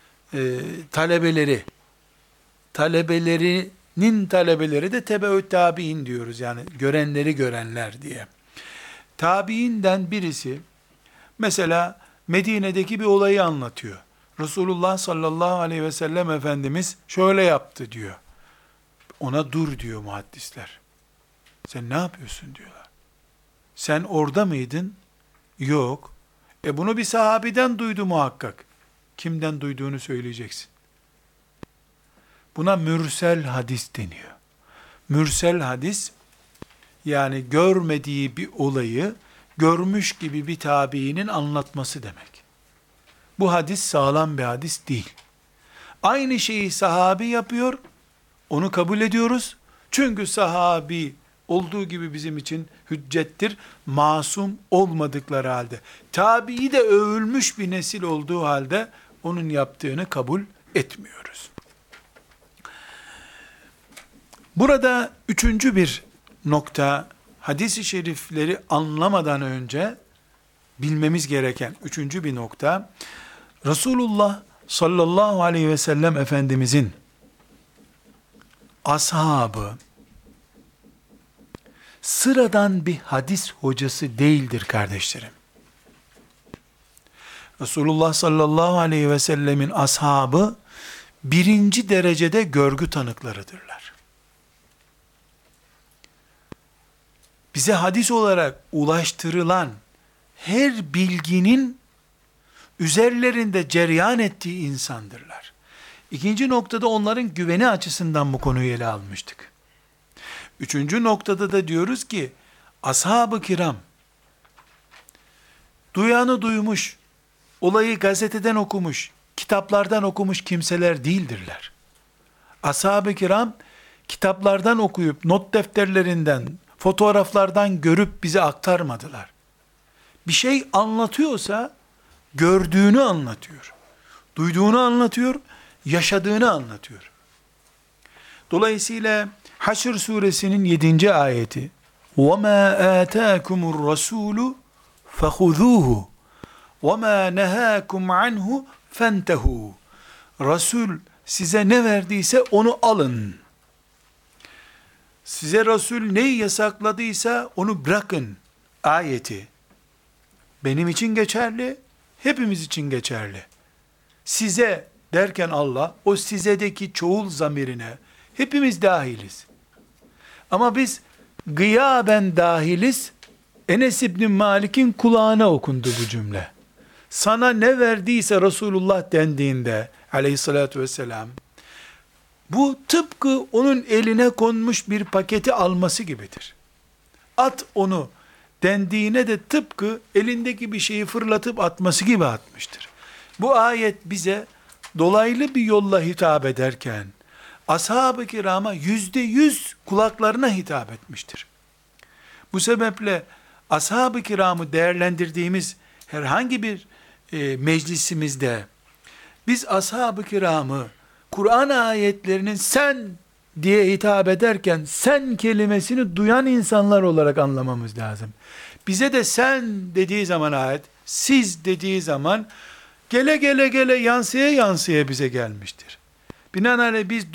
talebelerinin talebeleri de tebeü tabiin diyoruz. Yani görenleri görenler diye. Tabiinden birisi mesela Medine'deki bir olayı anlatıyor. Resulullah sallallahu aleyhi ve sellem Efendimiz şöyle yaptı diyor. Ona dur diyor muhaddisler. Sen ne yapıyorsun diyorlar. Sen orada mıydın? Yok. Bunu bir sahabiden duydu muhakkak. Kimden duyduğunu söyleyeceksin. Buna mürsel hadis deniyor. Mürsel hadis, yani görmediği bir olayı görmüş gibi bir tabiinin anlatması demek. Bu hadis sağlam bir hadis değil. Aynı şeyi sahabi yapıyor, onu kabul ediyoruz. Çünkü sahabi olduğu gibi bizim için hüccettir, masum olmadıkları halde. Tabii de övülmüş bir nesil olduğu halde onun yaptığını kabul etmiyoruz. Burada üçüncü bir nokta, hadis-i şerifleri anlamadan önce bilmemiz gereken üçüncü bir nokta, Resulullah sallallahu aleyhi ve sellem Efendimizin ashabı sıradan bir hadis hocası değildir kardeşlerim. Resulullah sallallahu aleyhi ve sellemin ashabı birinci derecede görgü tanıklarıdırlar. Bize hadis olarak ulaştırılan her bilginin üzerlerinde cereyan ettiği insandırlar. İkinci noktada onların güveni açısından bu konuyu ele almıştık. Üçüncü noktada da diyoruz ki, ashab-ı kiram, duyanı duymuş, olayı gazeteden okumuş, kitaplardan okumuş kimseler değildirler. Ashab-ı kiram, kitaplardan okuyup, not defterlerinden, fotoğraflardan görüp bize aktarmadılar. Bir şey anlatıyorsa, gördüğünü anlatıyor, duyduğunu anlatıyor, yaşadığını anlatıyor. Dolayısıyla Haşr suresinin 7. ayeti, وَمَا آتَاكُمُ الرَّسُولُ فَخُذُوهُ وَمَا نَهَاكُمْ عَنْهُ فَانْتَهُوا. Resul size ne verdiyse onu alın. Size Resul neyi yasakladıysa onu bırakın ayeti. Benim için geçerli, hepimiz için geçerli. Size derken Allah, o sizedeki çoğul zamirine hepimiz dahiliz. Ama biz gıyaben dahiliz. Enes İbni Malik'in kulağına okundu bu cümle. Sana ne verdiyse Resulullah dendiğinde aleyhissalatü vesselam, bu tıpkı onun eline konmuş bir paketi alması gibidir. At onu dendiğine de tıpkı elindeki bir şeyi fırlatıp atması gibi atmıştır. Bu ayet bize dolaylı bir yolla hitap ederken, ashab-ı kirama %100 kulaklarına hitap etmiştir. Bu sebeple ashab-ı kiramı değerlendirdiğimiz herhangi bir meclisimizde, biz ashab-ı kiramı Kur'an ayetlerinin sen diye hitap ederken, sen kelimesini duyan insanlar olarak anlamamız lazım. Bize de sen dediği zaman ayet, siz dediği zaman, gele gele gele yansıya yansıya bize gelmiştir. Binaenaleyh biz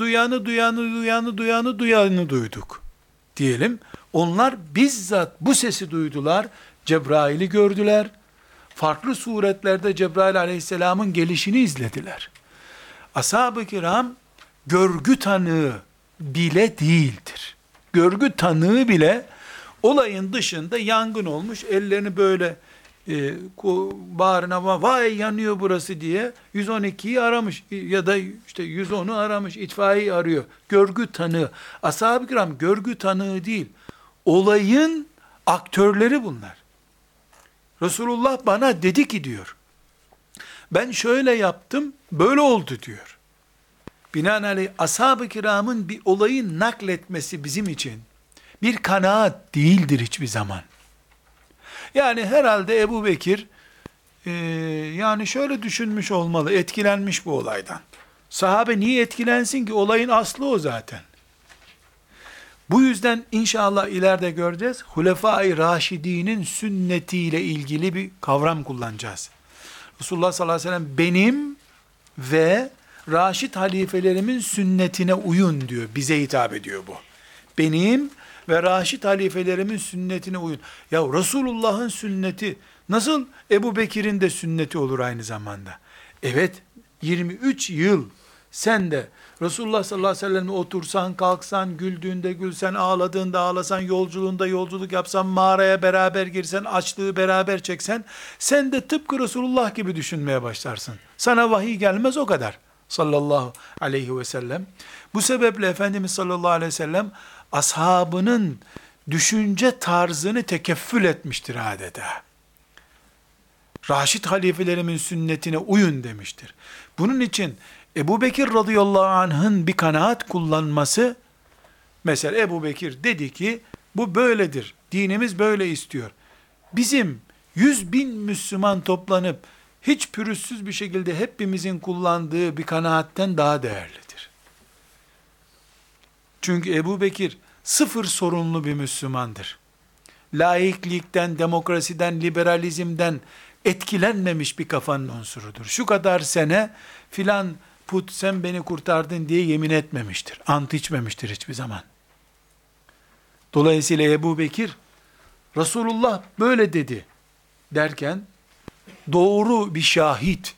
duyanı duyduk diyelim. Onlar bizzat bu sesi duydular, Cebrail'i gördüler. Farklı suretlerde Cebrail aleyhisselamın gelişini izlediler. Ashab-ı kiram görgü tanığı bile değildir. Görgü tanığı bile olayın dışında yangın olmuş, ellerini böyle bağrına, vay yanıyor burası diye 112'yi aramış ya da işte 110'u aramış, itfaiyeyi arıyor. Görgü tanığı. Ashab-ı kiram görgü tanığı değil. Olayın aktörleri bunlar. Resulullah bana dedi ki diyor, ben şöyle yaptım, böyle oldu diyor. Binaenaleyh ashab-ı kiramın bir olayı nakletmesi bizim için bir kanaat değildir hiçbir zaman. Yani herhalde Ebu Bekir yani şöyle düşünmüş olmalı, etkilenmiş bu olaydan. Sahabe niye etkilensin ki? Olayın aslı o zaten. Bu yüzden inşallah ileride göreceğiz, Hulefai Raşidinin sünnetiyle ilgili bir kavram kullanacağız. Resulullah sallallahu aleyhi ve sellem benim ve Raşid halifelerimin sünnetine uyun diyor. Bize hitap ediyor bu. Benim ve Raşid halifelerimin sünnetine uyun. Ya Resulullah'ın sünneti nasıl Ebu Bekir'in de sünneti olur aynı zamanda? Evet, 23 yıl sen de Resulullah sallallahu aleyhi ve sellem'le otursan, kalksan, güldüğünde gülsen, ağladığında ağlasan, yolculuğunda yolculuk yapsan, mağaraya beraber girsen, açlığı beraber çeksen, sen de tıpkı Resulullah gibi düşünmeye başlarsın. Sana vahiy gelmez o kadar. Sallallahu aleyhi ve sellem. Bu sebeple Efendimiz sallallahu aleyhi ve sellem, ashabının düşünce tarzını tekeffül etmiştir adeta. Raşid halifelerimin sünnetine uyun demiştir. Bunun için Ebu Bekir radıyallahu anh'ın bir kanaat kullanması, mesela Ebu Bekir dedi ki, bu böyledir, dinimiz böyle istiyor. Bizim 100.000 Müslüman toplanıp, hiç pürüzsüz bir şekilde hepimizin kullandığı bir kanaatten daha değerlidir. Çünkü Ebu Bekir, sıfır sorunlu bir Müslümandır. Laiklikten, demokrasiden, liberalizmden etkilenmemiş bir kafanın unsurudur. Şu kadar sene filan put sen beni kurtardın diye yemin etmemiştir. Ant içmemiştir hiçbir zaman. Dolayısıyla Ebu Bekir, Resulullah böyle dedi derken, doğru bir şahit,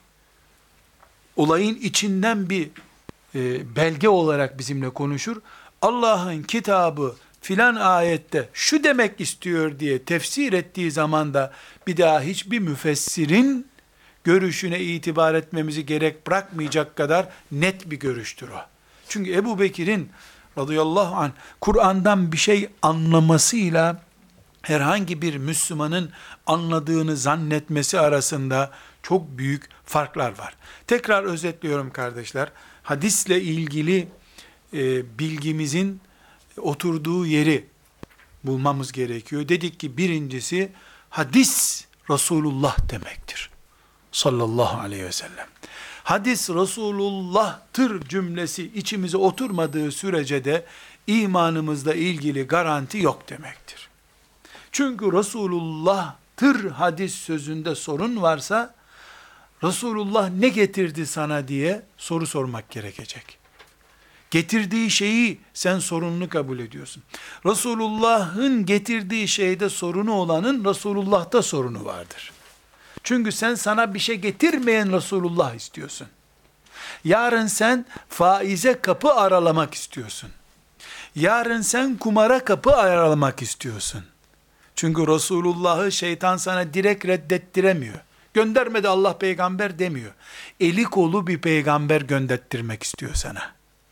olayın içinden bir belge olarak bizimle konuşur. Allah'ın kitabı filan ayette şu demek istiyor diye tefsir ettiği zaman da bir daha hiçbir müfessirin görüşüne itibar etmemizi gerek bırakmayacak kadar net bir görüştür o. Çünkü Ebu Bekir'in radıyallahu anh Kur'an'dan bir şey anlamasıyla herhangi bir Müslümanın anladığını zannetmesi arasında çok büyük farklar var. Tekrar özetliyorum kardeşler. Hadisle ilgili bilgimizin oturduğu yeri bulmamız gerekiyor. Dedik ki birincisi, hadis Resulullah demektir. Sallallahu aleyhi ve sellem. Hadis Resulullah'tır cümlesi içimize oturmadığı sürece de imanımızla ilgili garanti yok demektir. Çünkü Resulullah'tır hadis sözünde sorun varsa, Resulullah ne getirdi sana diye soru sormak gerekecek. Getirdiği şeyi sen sorunlu kabul ediyorsun. Resulullah'ın getirdiği şeyde sorunu olanın Resulullah'ta sorunu vardır. Çünkü sen sana bir şey getirmeyen Resulullah istiyorsun. Yarın sen faize kapı aralamak istiyorsun. Yarın sen kumara kapı aralamak istiyorsun. Çünkü Resulullah'ı şeytan sana direkt reddettiremiyor. Göndermedi Allah peygamber demiyor. Eli kolu bir peygamber gönderttirmek istiyor sana.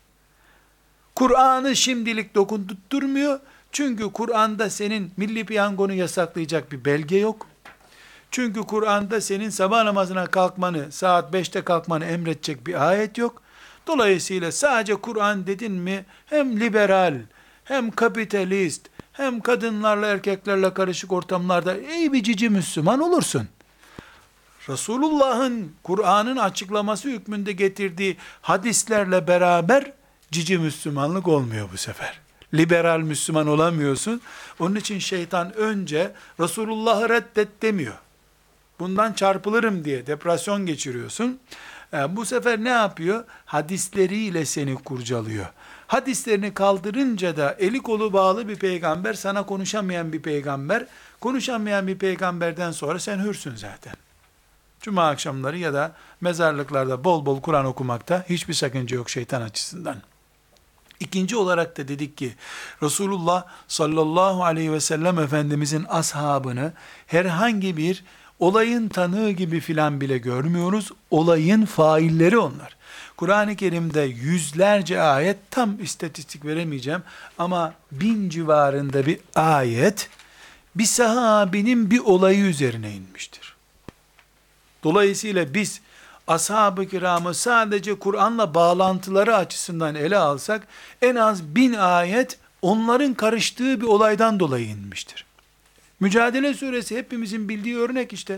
Kur'an'ı şimdilik dokundurtmuyor. Çünkü Kur'an'da senin milli piyangonu yasaklayacak bir belge yok. Çünkü Kur'an'da senin sabah namazına kalkmanı, saat 5'te kalkmanı emredecek bir ayet yok. Dolayısıyla sadece Kur'an dedin mi, hem liberal, hem kapitalist, hem kadınlarla erkeklerle karışık ortamlarda iyi bir cici Müslüman olursun. Resulullah'ın Kur'an'ın açıklaması hükmünde getirdiği hadislerle beraber cici Müslümanlık olmuyor bu sefer. Liberal Müslüman olamıyorsun. Onun için şeytan önce Resulullah'ı reddet demiyor. Bundan çarpılırım diye depresyon geçiriyorsun. Bu sefer ne yapıyor? Hadisleriyle seni kurcalıyor. Hadislerini kaldırınca da eli kolu bağlı bir peygamber, sana konuşamayan bir peygamber, konuşamayan bir peygamberden sonra sen hürsün zaten. Cuma akşamları ya da mezarlıklarda bol bol Kur'an okumakta hiçbir sakınca yok şeytan açısından. İkinci olarak da dedik ki, Resulullah sallallahu aleyhi ve sellem Efendimizin ashabını herhangi bir olayın tanığı gibi filan bile görmüyoruz. Olayın failleri onlar. Kur'an-ı Kerim'de yüzlerce ayet, tam istatistik veremeyeceğim ama 1000 civarında bir ayet, bir sahabinin bir olayı üzerine inmiştir. Dolayısıyla biz ashab-ı kiramı sadece Kur'an'la bağlantıları açısından ele alsak, en az 1000 ayet onların karıştığı bir olaydan dolayı inmiştir. Mücadele suresi hepimizin bildiği örnek işte.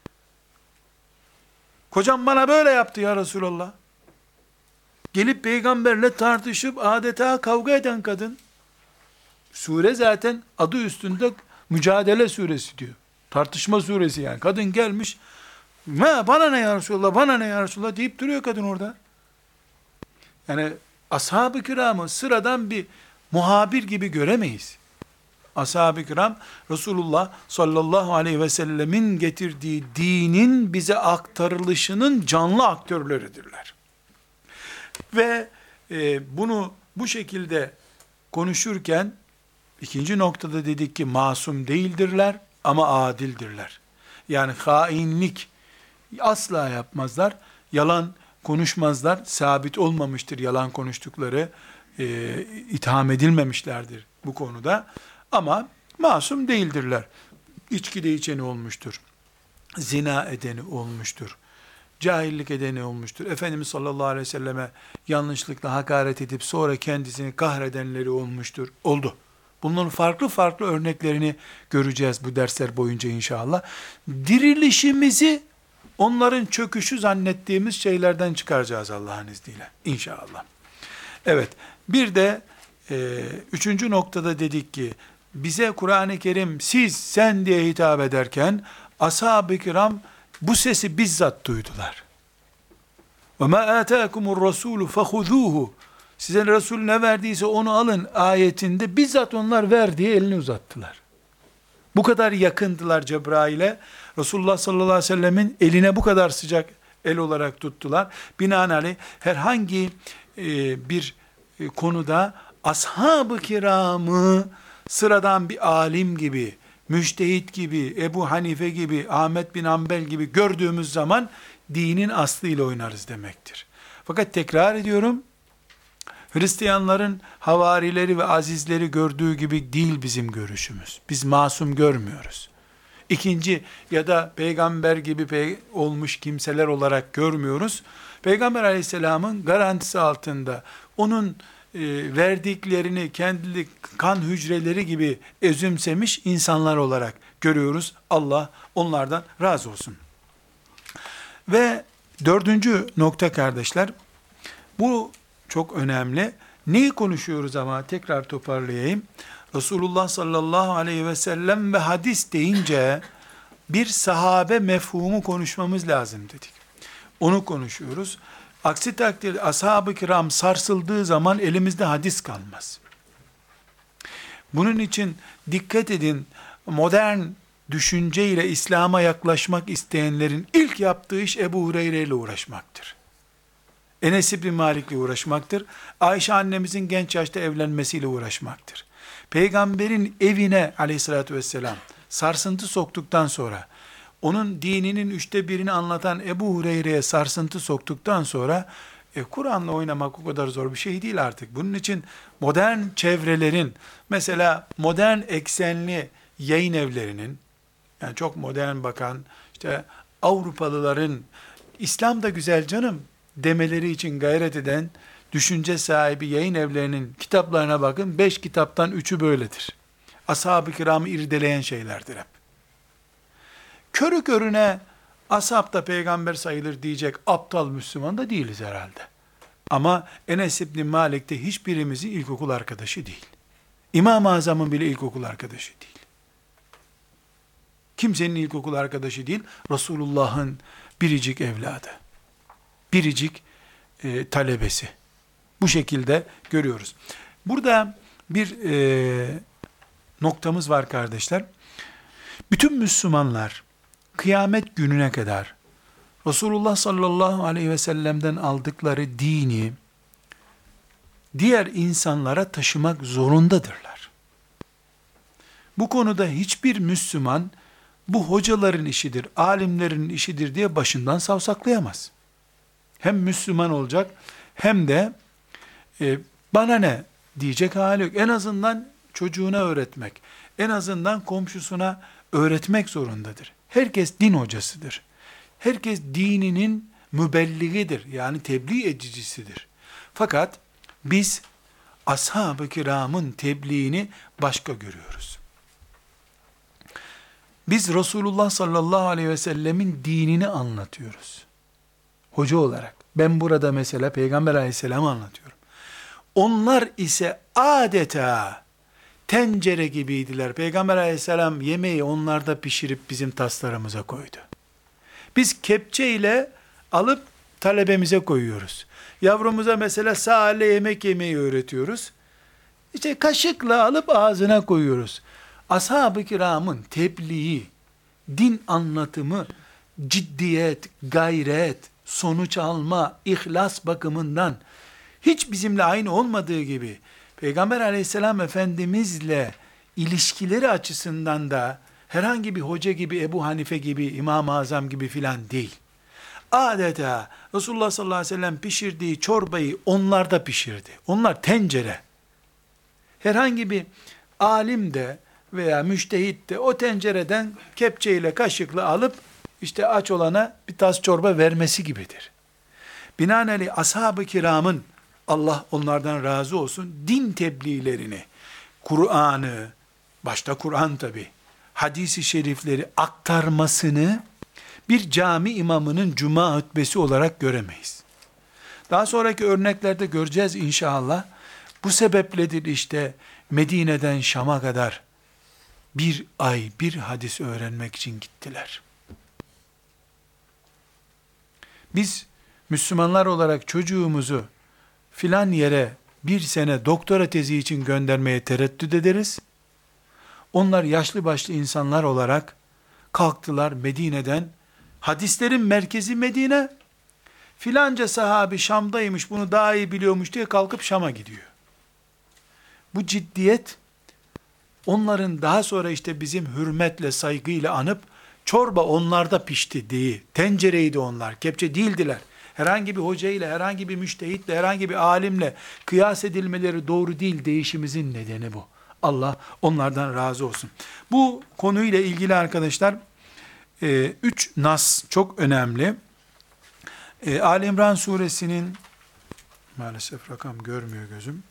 Kocam bana böyle yaptı ya Resulallah. Gelip peygamberle tartışıp adeta kavga eden kadın. Sure zaten adı üstünde mücadele suresi diyor. Tartışma suresi yani. Kadın gelmiş, bana ne ya Resulallah, bana ne ya Resulallah deyip duruyor kadın orada. Yani ashab-ı kiramı sıradan bir muhabir gibi göremeyiz. Ashab-ı kiram, Resulullah sallallahu aleyhi ve sellemin getirdiği dinin bize aktarılışının canlı aktörleridirler. Ve bunu bu şekilde konuşurken ikinci noktada dedik ki masum değildirler ama adildirler. Yani hainlik asla yapmazlar. Yalan konuşmazlar. Sabit olmamıştır yalan konuştukları. İtham edilmemişlerdir bu konuda. Ama masum değildirler. İçki de içeni olmuştur. Zina edeni olmuştur. Cahillik edeni olmuştur. Efendimiz sallallahu aleyhi ve selleme yanlışlıkla hakaret edip sonra kendisini kahredenleri olmuştur. Oldu. Bunların farklı farklı örneklerini göreceğiz bu dersler boyunca inşallah. Dirilişimizi onların çöküşü zannettiğimiz şeylerden çıkaracağız Allah'ın izniyle. İnşallah. Evet. Bir de üçüncü noktada dedik ki bize Kur'an-ı Kerim siz, sen diye hitap ederken ashab-ı kiram bu sesi bizzat duydular. وَمَا آتَاكُمُ الرَّسُولُ فَخُذُوهُ Size Resul ne verdiyse onu alın ayetinde bizzat onlar ver diye elini uzattılar. Bu kadar yakındılar Cebrail'e. Resulullah sallallahu aleyhi ve sellemin eline bu kadar sıcak el olarak tuttular. Binaenaleyh herhangi bir konuda ashab-ı kiramı sıradan bir alim gibi, müştehit gibi, Ebu Hanife gibi, Ahmet bin Hanbel gibi gördüğümüz zaman dinin aslıyla oynarız demektir. Fakat tekrar ediyorum, Hristiyanların havarileri ve azizleri gördüğü gibi değil bizim görüşümüz. Biz masum görmüyoruz. İkinci ya da peygamber gibi olmuş kimseler olarak görmüyoruz. Peygamber aleyhisselamın garantisi altında onun verdiklerini kendi kan hücreleri gibi özümsemiş insanlar olarak görüyoruz. Allah onlardan razı olsun. Ve dördüncü nokta kardeşler, bu çok önemli. Neyi konuşuyoruz ama tekrar toparlayayım. Resulullah sallallahu aleyhi ve sellem ve hadis deyince bir sahabe mefhumu konuşmamız lazım dedik. Onu konuşuyoruz. Aksi takdirde ashab-ı kiram sarsıldığı zaman elimizde hadis kalmaz. Bunun için dikkat edin, modern düşünceyle İslam'a yaklaşmak isteyenlerin ilk yaptığı iş Ebu Hureyre ile uğraşmaktır. Enes İbni Malik ile uğraşmaktır. Ayşe annemizin genç yaşta evlenmesiyle uğraşmaktır. Peygamberin evine aleyhissalatü vesselam sarsıntı soktuktan sonra, onun dininin 1/3'ünü anlatan Ebu Hureyre'ye sarsıntı soktuktan sonra, Kur'an'la oynamak o kadar zor bir şey değil artık. Bunun için modern çevrelerin, mesela modern eksenli yayın evlerinin, yani çok modern bakan, işte Avrupalıların, İslam da güzel canım demeleri için gayret eden, düşünce sahibi yayın evlerinin kitaplarına bakın, 5 kitaptan 3'ü böyledir. Ashab-ı kiramı irdeleyen şeylerdir hep. Körü körüne ashab da peygamber sayılır diyecek aptal Müslüman da değiliz herhalde. Ama Enes İbni Malik de hiçbirimizin ilkokul arkadaşı değil. İmam-ı Azam'ın bile ilkokul arkadaşı değil. Kimsenin ilkokul arkadaşı değil, Resulullah'ın biricik evladı. Biricik talebesi. Bu şekilde görüyoruz. Burada bir noktamız var kardeşler. Bütün Müslümanlar kıyamet gününe kadar Resulullah sallallahu aleyhi ve sellem'den aldıkları dini diğer insanlara taşımak zorundadırlar. Bu konuda hiçbir Müslüman bu hocaların işidir, alimlerin işidir diye başından savsaklayamaz. Hem Müslüman olacak hem de bana ne diyecek hali yok. En azından çocuğuna öğretmek, en azından komşusuna öğretmek zorundadır. Herkes din hocasıdır. Herkes dininin mübelliğidir. Yani tebliğ edicisidir. Fakat biz ashab-ı kiramın tebliğini başka görüyoruz. Biz Resulullah sallallahu aleyhi ve sellemin dinini anlatıyoruz. Hoca olarak. Ben burada mesela Peygamber aleyhisselam'ı anlatıyorum. Onlar ise adeta tencere gibiydiler. Peygamber aleyhisselam yemeği onlarda pişirip bizim taslarımıza koydu. Biz kepçeyle alıp talebemize koyuyoruz. Yavrumuza mesela sağ yemek yemeyi öğretiyoruz. İşte kaşıkla alıp ağzına koyuyoruz. Ashab-ı kiramın tebliği, din anlatımı, ciddiyet, gayret, sonuç alma, ihlas bakımından hiç bizimle aynı olmadığı gibi, Peygamber aleyhisselam Efendimizle ilişkileri açısından da herhangi bir hoca gibi, Ebu Hanife gibi, İmam-ı Azam gibi filan değil. Adeta Resulullah sallallahu aleyhi ve sellem pişirdiği çorbayı onlar da pişirdi. Onlar tencere. Herhangi bir alim de veya müştehit de o tencereden kepçeyle, kaşıkla alıp işte aç olana bir tas çorba vermesi gibidir. Binaenaleyh ashab-ı kiramın, Allah onlardan razı olsun, din tebliğlerini, Kur'an'ı, başta Kur'an tabi, hadisi şerifleri aktarmasını bir cami imamının cuma hutbesi olarak göremeyiz. Daha sonraki örneklerde göreceğiz inşallah. Bu sebepledir işte Medine'den Şam'a kadar bir ay bir hadis öğrenmek için gittiler. Biz Müslümanlar olarak çocuğumuzu filan yere bir sene doktora tezi için göndermeye tereddüt ederiz. Onlar yaşlı başlı insanlar olarak kalktılar Medine'den, hadislerin merkezi Medine, filanca sahabi Şam'daymış, bunu daha iyi biliyormuş diye kalkıp Şam'a gidiyor. Bu ciddiyet, onların daha sonra işte bizim hürmetle, saygıyla anıp, çorba onlarda pişti diye, tencereydi onlar, kepçe değildiler. Herhangi bir hocayla, herhangi bir müştehitle, herhangi bir alimle kıyas edilmeleri doğru değil, değişimizin nedeni bu. Allah onlardan razı olsun. Bu konuyla ilgili arkadaşlar, 3 nas çok önemli. Ali İmran suresinin, maalesef rakam görmüyor gözüm,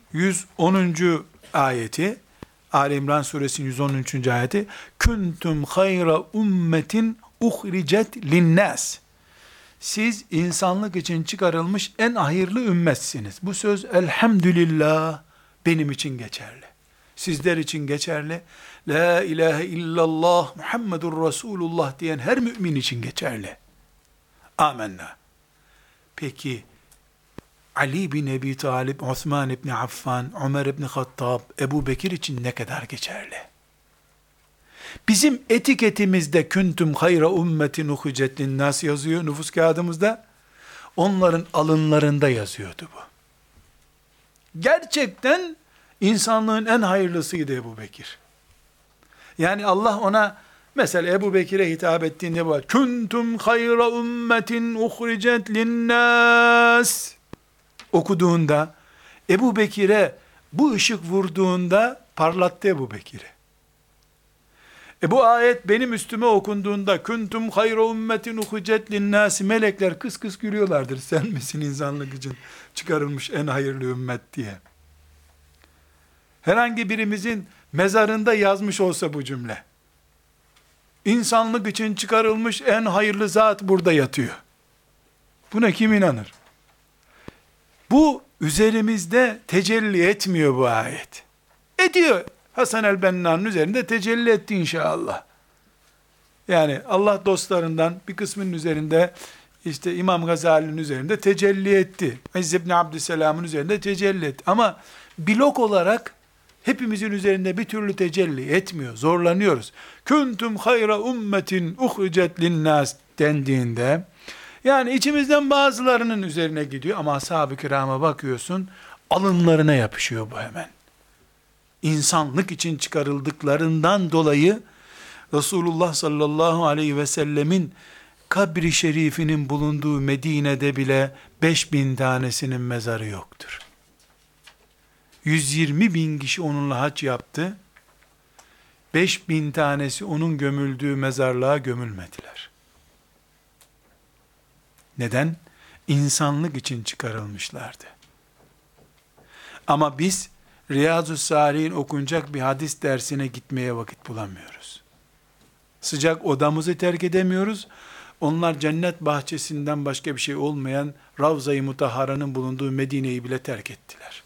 110. ayeti, Ali İmran suresinin 113. ayeti, kuntum hayra ummetin uhricet linnas. Siz insanlık için çıkarılmış en hayırlı ümmetsiniz. Bu söz elhamdülillah benim için geçerli. Sizler için geçerli. La ilahe illallah Muhammedur Resulullah diyen her mümin için geçerli. Amenna. Peki Ali bin Ebi Talib, Osman ibn Affan, Ömer ibn Hattab, Ebu Bekir için ne kadar geçerli? Bizim etiketimizde kuntum hayra ummetin ukhicet linnas yazıyor nüfus kağıdımızda. Onların alınlarında yazıyordu bu. Gerçekten insanlığın en hayırlısıydı Ebu Bekir. Yani Allah ona mesela Ebu Bekir'e hitap ettiğinde bu kuntum hayra ummetin uhricet linnas okuduğunda, Ebu Bekir'e bu ışık vurduğunda parlattı Ebu Bekir'i. Bu ayet benim üstüme okunduğunda kuntum hayra ummetin ukhicet linnâs, melekler kıs kıs gülüyorlardır. Sen misin insanlık için çıkarılmış en hayırlı ümmet diye. Herhangi birimizin mezarında yazmış olsa bu cümle, İnsanlık için çıkarılmış en hayırlı zat burada yatıyor. Buna kim inanır? Bu üzerimizde tecelli etmiyor bu ayet. Ediyor. Hasan el-Benna'nın üzerinde tecelli etti inşallah. Yani Allah dostlarından bir kısmının üzerinde, işte İmam Gazali'nin üzerinde tecelli etti. İzz ibn Abdüsselam'ın üzerinde tecelli etti. Ama blok olarak hepimizin üzerinde bir türlü tecelli etmiyor. Zorlanıyoruz. Kuntum hayra ummetin uhricet linnas dendiğinde, yani içimizden bazılarının üzerine gidiyor ama ashab-ı kirama bakıyorsun, alınlarına yapışıyor bu hemen. İnsanlık için çıkarıldıklarından dolayı Resulullah sallallahu aleyhi ve sellemin kabri şerifinin bulunduğu Medine'de bile 5.000 tanesinin mezarı yoktur. 120.000 kişi onunla hac yaptı. 5.000 tanesi onun gömüldüğü mezarlığa gömülmediler. Neden? İnsanlık için çıkarılmışlardı. Ama biz Riyazu Salihin okunacak bir hadis dersine gitmeye vakit bulamıyoruz. Sıcak odamızı terk edemiyoruz. Onlar cennet bahçesinden başka bir şey olmayan Ravza-i Mutahhara'nın bulunduğu Medine'yi bile terk ettiler.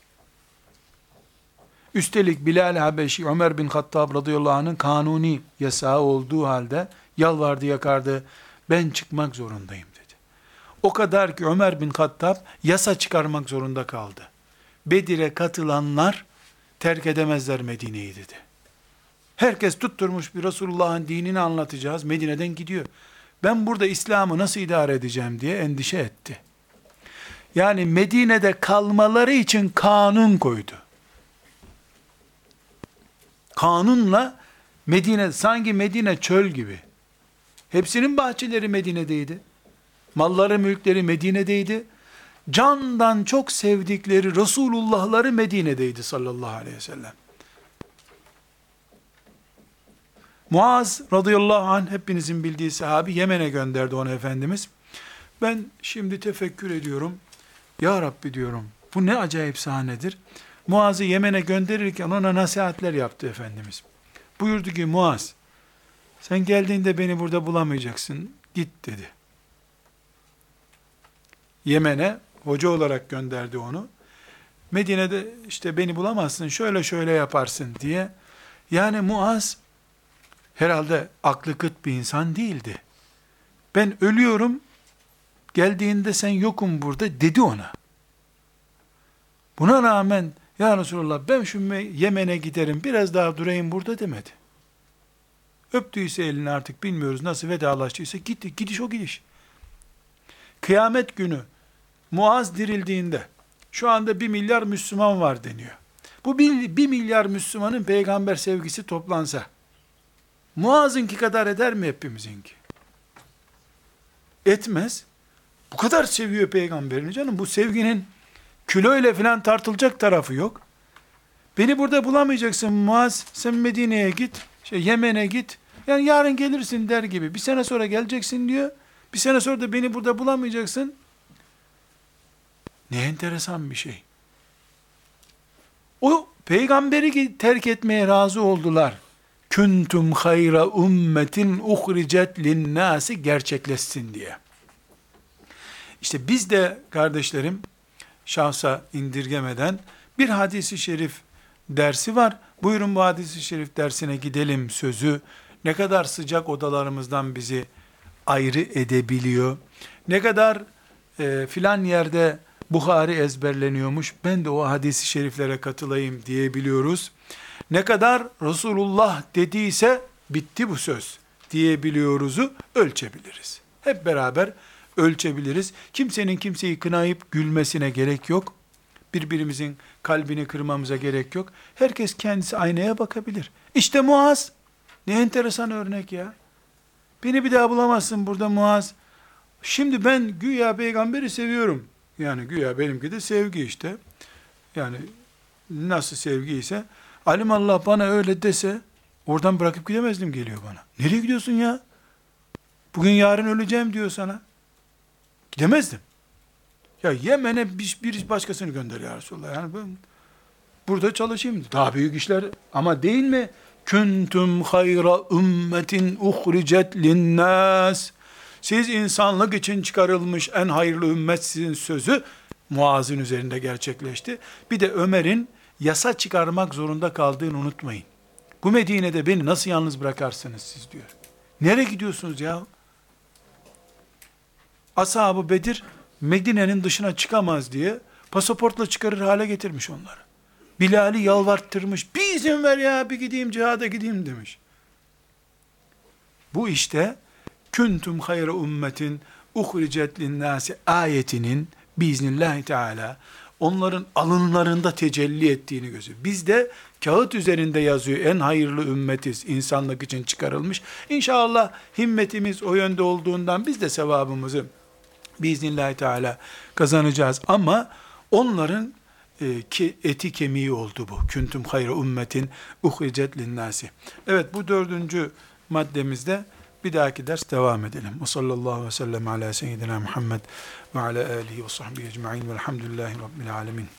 Üstelik Bilal Habeşi, Ömer bin Hattab radıyallahu anh'ın kanuni yasağı olduğu halde yalvardı yakardı, ben çıkmak zorundayım dedi. O kadar ki Ömer bin Hattab yasa çıkarmak zorunda kaldı. Bedir'e katılanlar terk edemezler Medine'yi dedi. Herkes tutturmuş bir Resulullah'ın dinini anlatacağız. Medine'den gidiyor. ben burada İslam'ı nasıl idare edeceğim diye endişe etti. Yani Medine'de kalmaları için kanun koydu. Kanunla Medine, sanki Medine çöl gibi. Hepsinin bahçeleri Medine'deydi. Malları, mülkleri Medine'deydi. Candan çok sevdikleri Resulullah'ları Medine'deydi sallallahu aleyhi ve sellem. Muaz radıyallahu anh, hepinizin bildiği sahabi, Yemen'e gönderdi onu Efendimiz. Ben şimdi tefekkür ediyorum. Ya Rabbi diyorum, bu ne acayip sahnedir. Muaz'ı Yemen'e gönderirken ona nasihatler yaptı Efendimiz. Buyurdu ki, Muaz, sen geldiğinde beni burada bulamayacaksın, git dedi. Yemen'e hoca olarak gönderdi onu. Medine'de işte beni bulamazsın, şöyle şöyle yaparsın diye. Yani Muaz herhalde aklı kıt bir insan değildi. Ben ölüyorum, geldiğinde sen yokum burada dedi ona. Buna rağmen ya Resulallah ben şu Yemen'e giderim, biraz daha durayım burada demedi. Öptüyse elini, artık bilmiyoruz nasıl vedalaştıysa gitti. Gidiş o gidiş. Kıyamet günü Muaz dirildiğinde şu anda 1 milyar Müslüman var deniyor. Bu 1 milyar Müslümanın peygamber sevgisi toplansa Muaz'ınki kadar eder mi hepimizinki? Etmez. Bu kadar seviyor peygamberini canım. Bu sevginin kiloyla falan tartılacak tarafı yok. Beni burada bulamayacaksın Muaz. Sen Medine'ye git. Yemen'e git. Yani yarın gelirsin der gibi. Bir sene sonra geleceksin diyor. Bir sene sonra da beni burada bulamayacaksın. Ne enteresan bir şey. O peygamberi terk etmeye razı oldular. Kuntum hayra ummetin uhricet linnâsi gerçekleşsin diye. İşte biz de kardeşlerim, şahsa indirgemeden bir hadisi şerif dersi var. Buyurun bu hadisi şerif dersine gidelim sözü ne kadar sıcak odalarımızdan bizi ayrı edebiliyor. Ne kadar filan yerde Buhari ezberleniyormuş, ben de o hadisi şeriflere katılayım diyebiliyoruz. Ne kadar Resulullah dediyse bitti bu söz diyebiliyoruzu ölçebiliriz. Hep beraber ölçebiliriz. Kimsenin kimseyi kınayıp gülmesine gerek yok. Birbirimizin kalbini kırmamıza gerek yok. Herkes kendisi aynaya bakabilir. İşte Muaz. Ne enteresan örnek ya. Beni bir daha bulamazsın burada Muaz. Şimdi ben güya peygamberi seviyorum. Yani güya benimki de sevgi işte. Yani nasıl sevgi ise alimallah bana öyle dese oradan bırakıp gidemezdim geliyor bana. Nereye gidiyorsun ya? Bugün yarın öleceğim diyor sana. Gidemezdim. Ya Yemen'e bir başkasını gönder ya Resulallah. Yani ben burada çalışayım. Daha büyük işler ama değil mi? Kuntum hayra ümmetin uhricet linnâs. Siz insanlık için çıkarılmış en hayırlı ümmetsizin sözü Muaz'ın üzerinde gerçekleşti. Bir de Ömer'in yasa çıkarmak zorunda kaldığını unutmayın. Bu Medine'de beni nasıl yalnız bırakarsınız siz diyor. Nereye gidiyorsunuz ya? Ashab-ı Bedir Medine'nin dışına çıkamaz diye pasaportla çıkarır hale getirmiş onları. Bilal'i yalvarttırmış. Bir izin ver ya, bir gideyim cihada gideyim demiş. Bu işte kuntum hayra ummetin uhricet linnâsi ayetinin biiznillahü teâlâ onların alınlarında tecelli ettiğini gösteriyor. Biz de kağıt üzerinde yazıyor en hayırlı ümmetiz, insanlık için çıkarılmış. İnşallah himmetimiz o yönde olduğundan biz de sevabımızı biiznillahü teâlâ kazanacağız. Ama onların eti kemiği oldu bu. Kuntum hayra ummetin uhricet linnâsi. Evet, bu 4. maddemizde bir dahaki ders devam edelim. Ve sallallahu aleyhi ve sellem ala seyyidina Muhammed ve ala alihi ve sahbihi ecma'in velhamdülillahi rabbil alemin.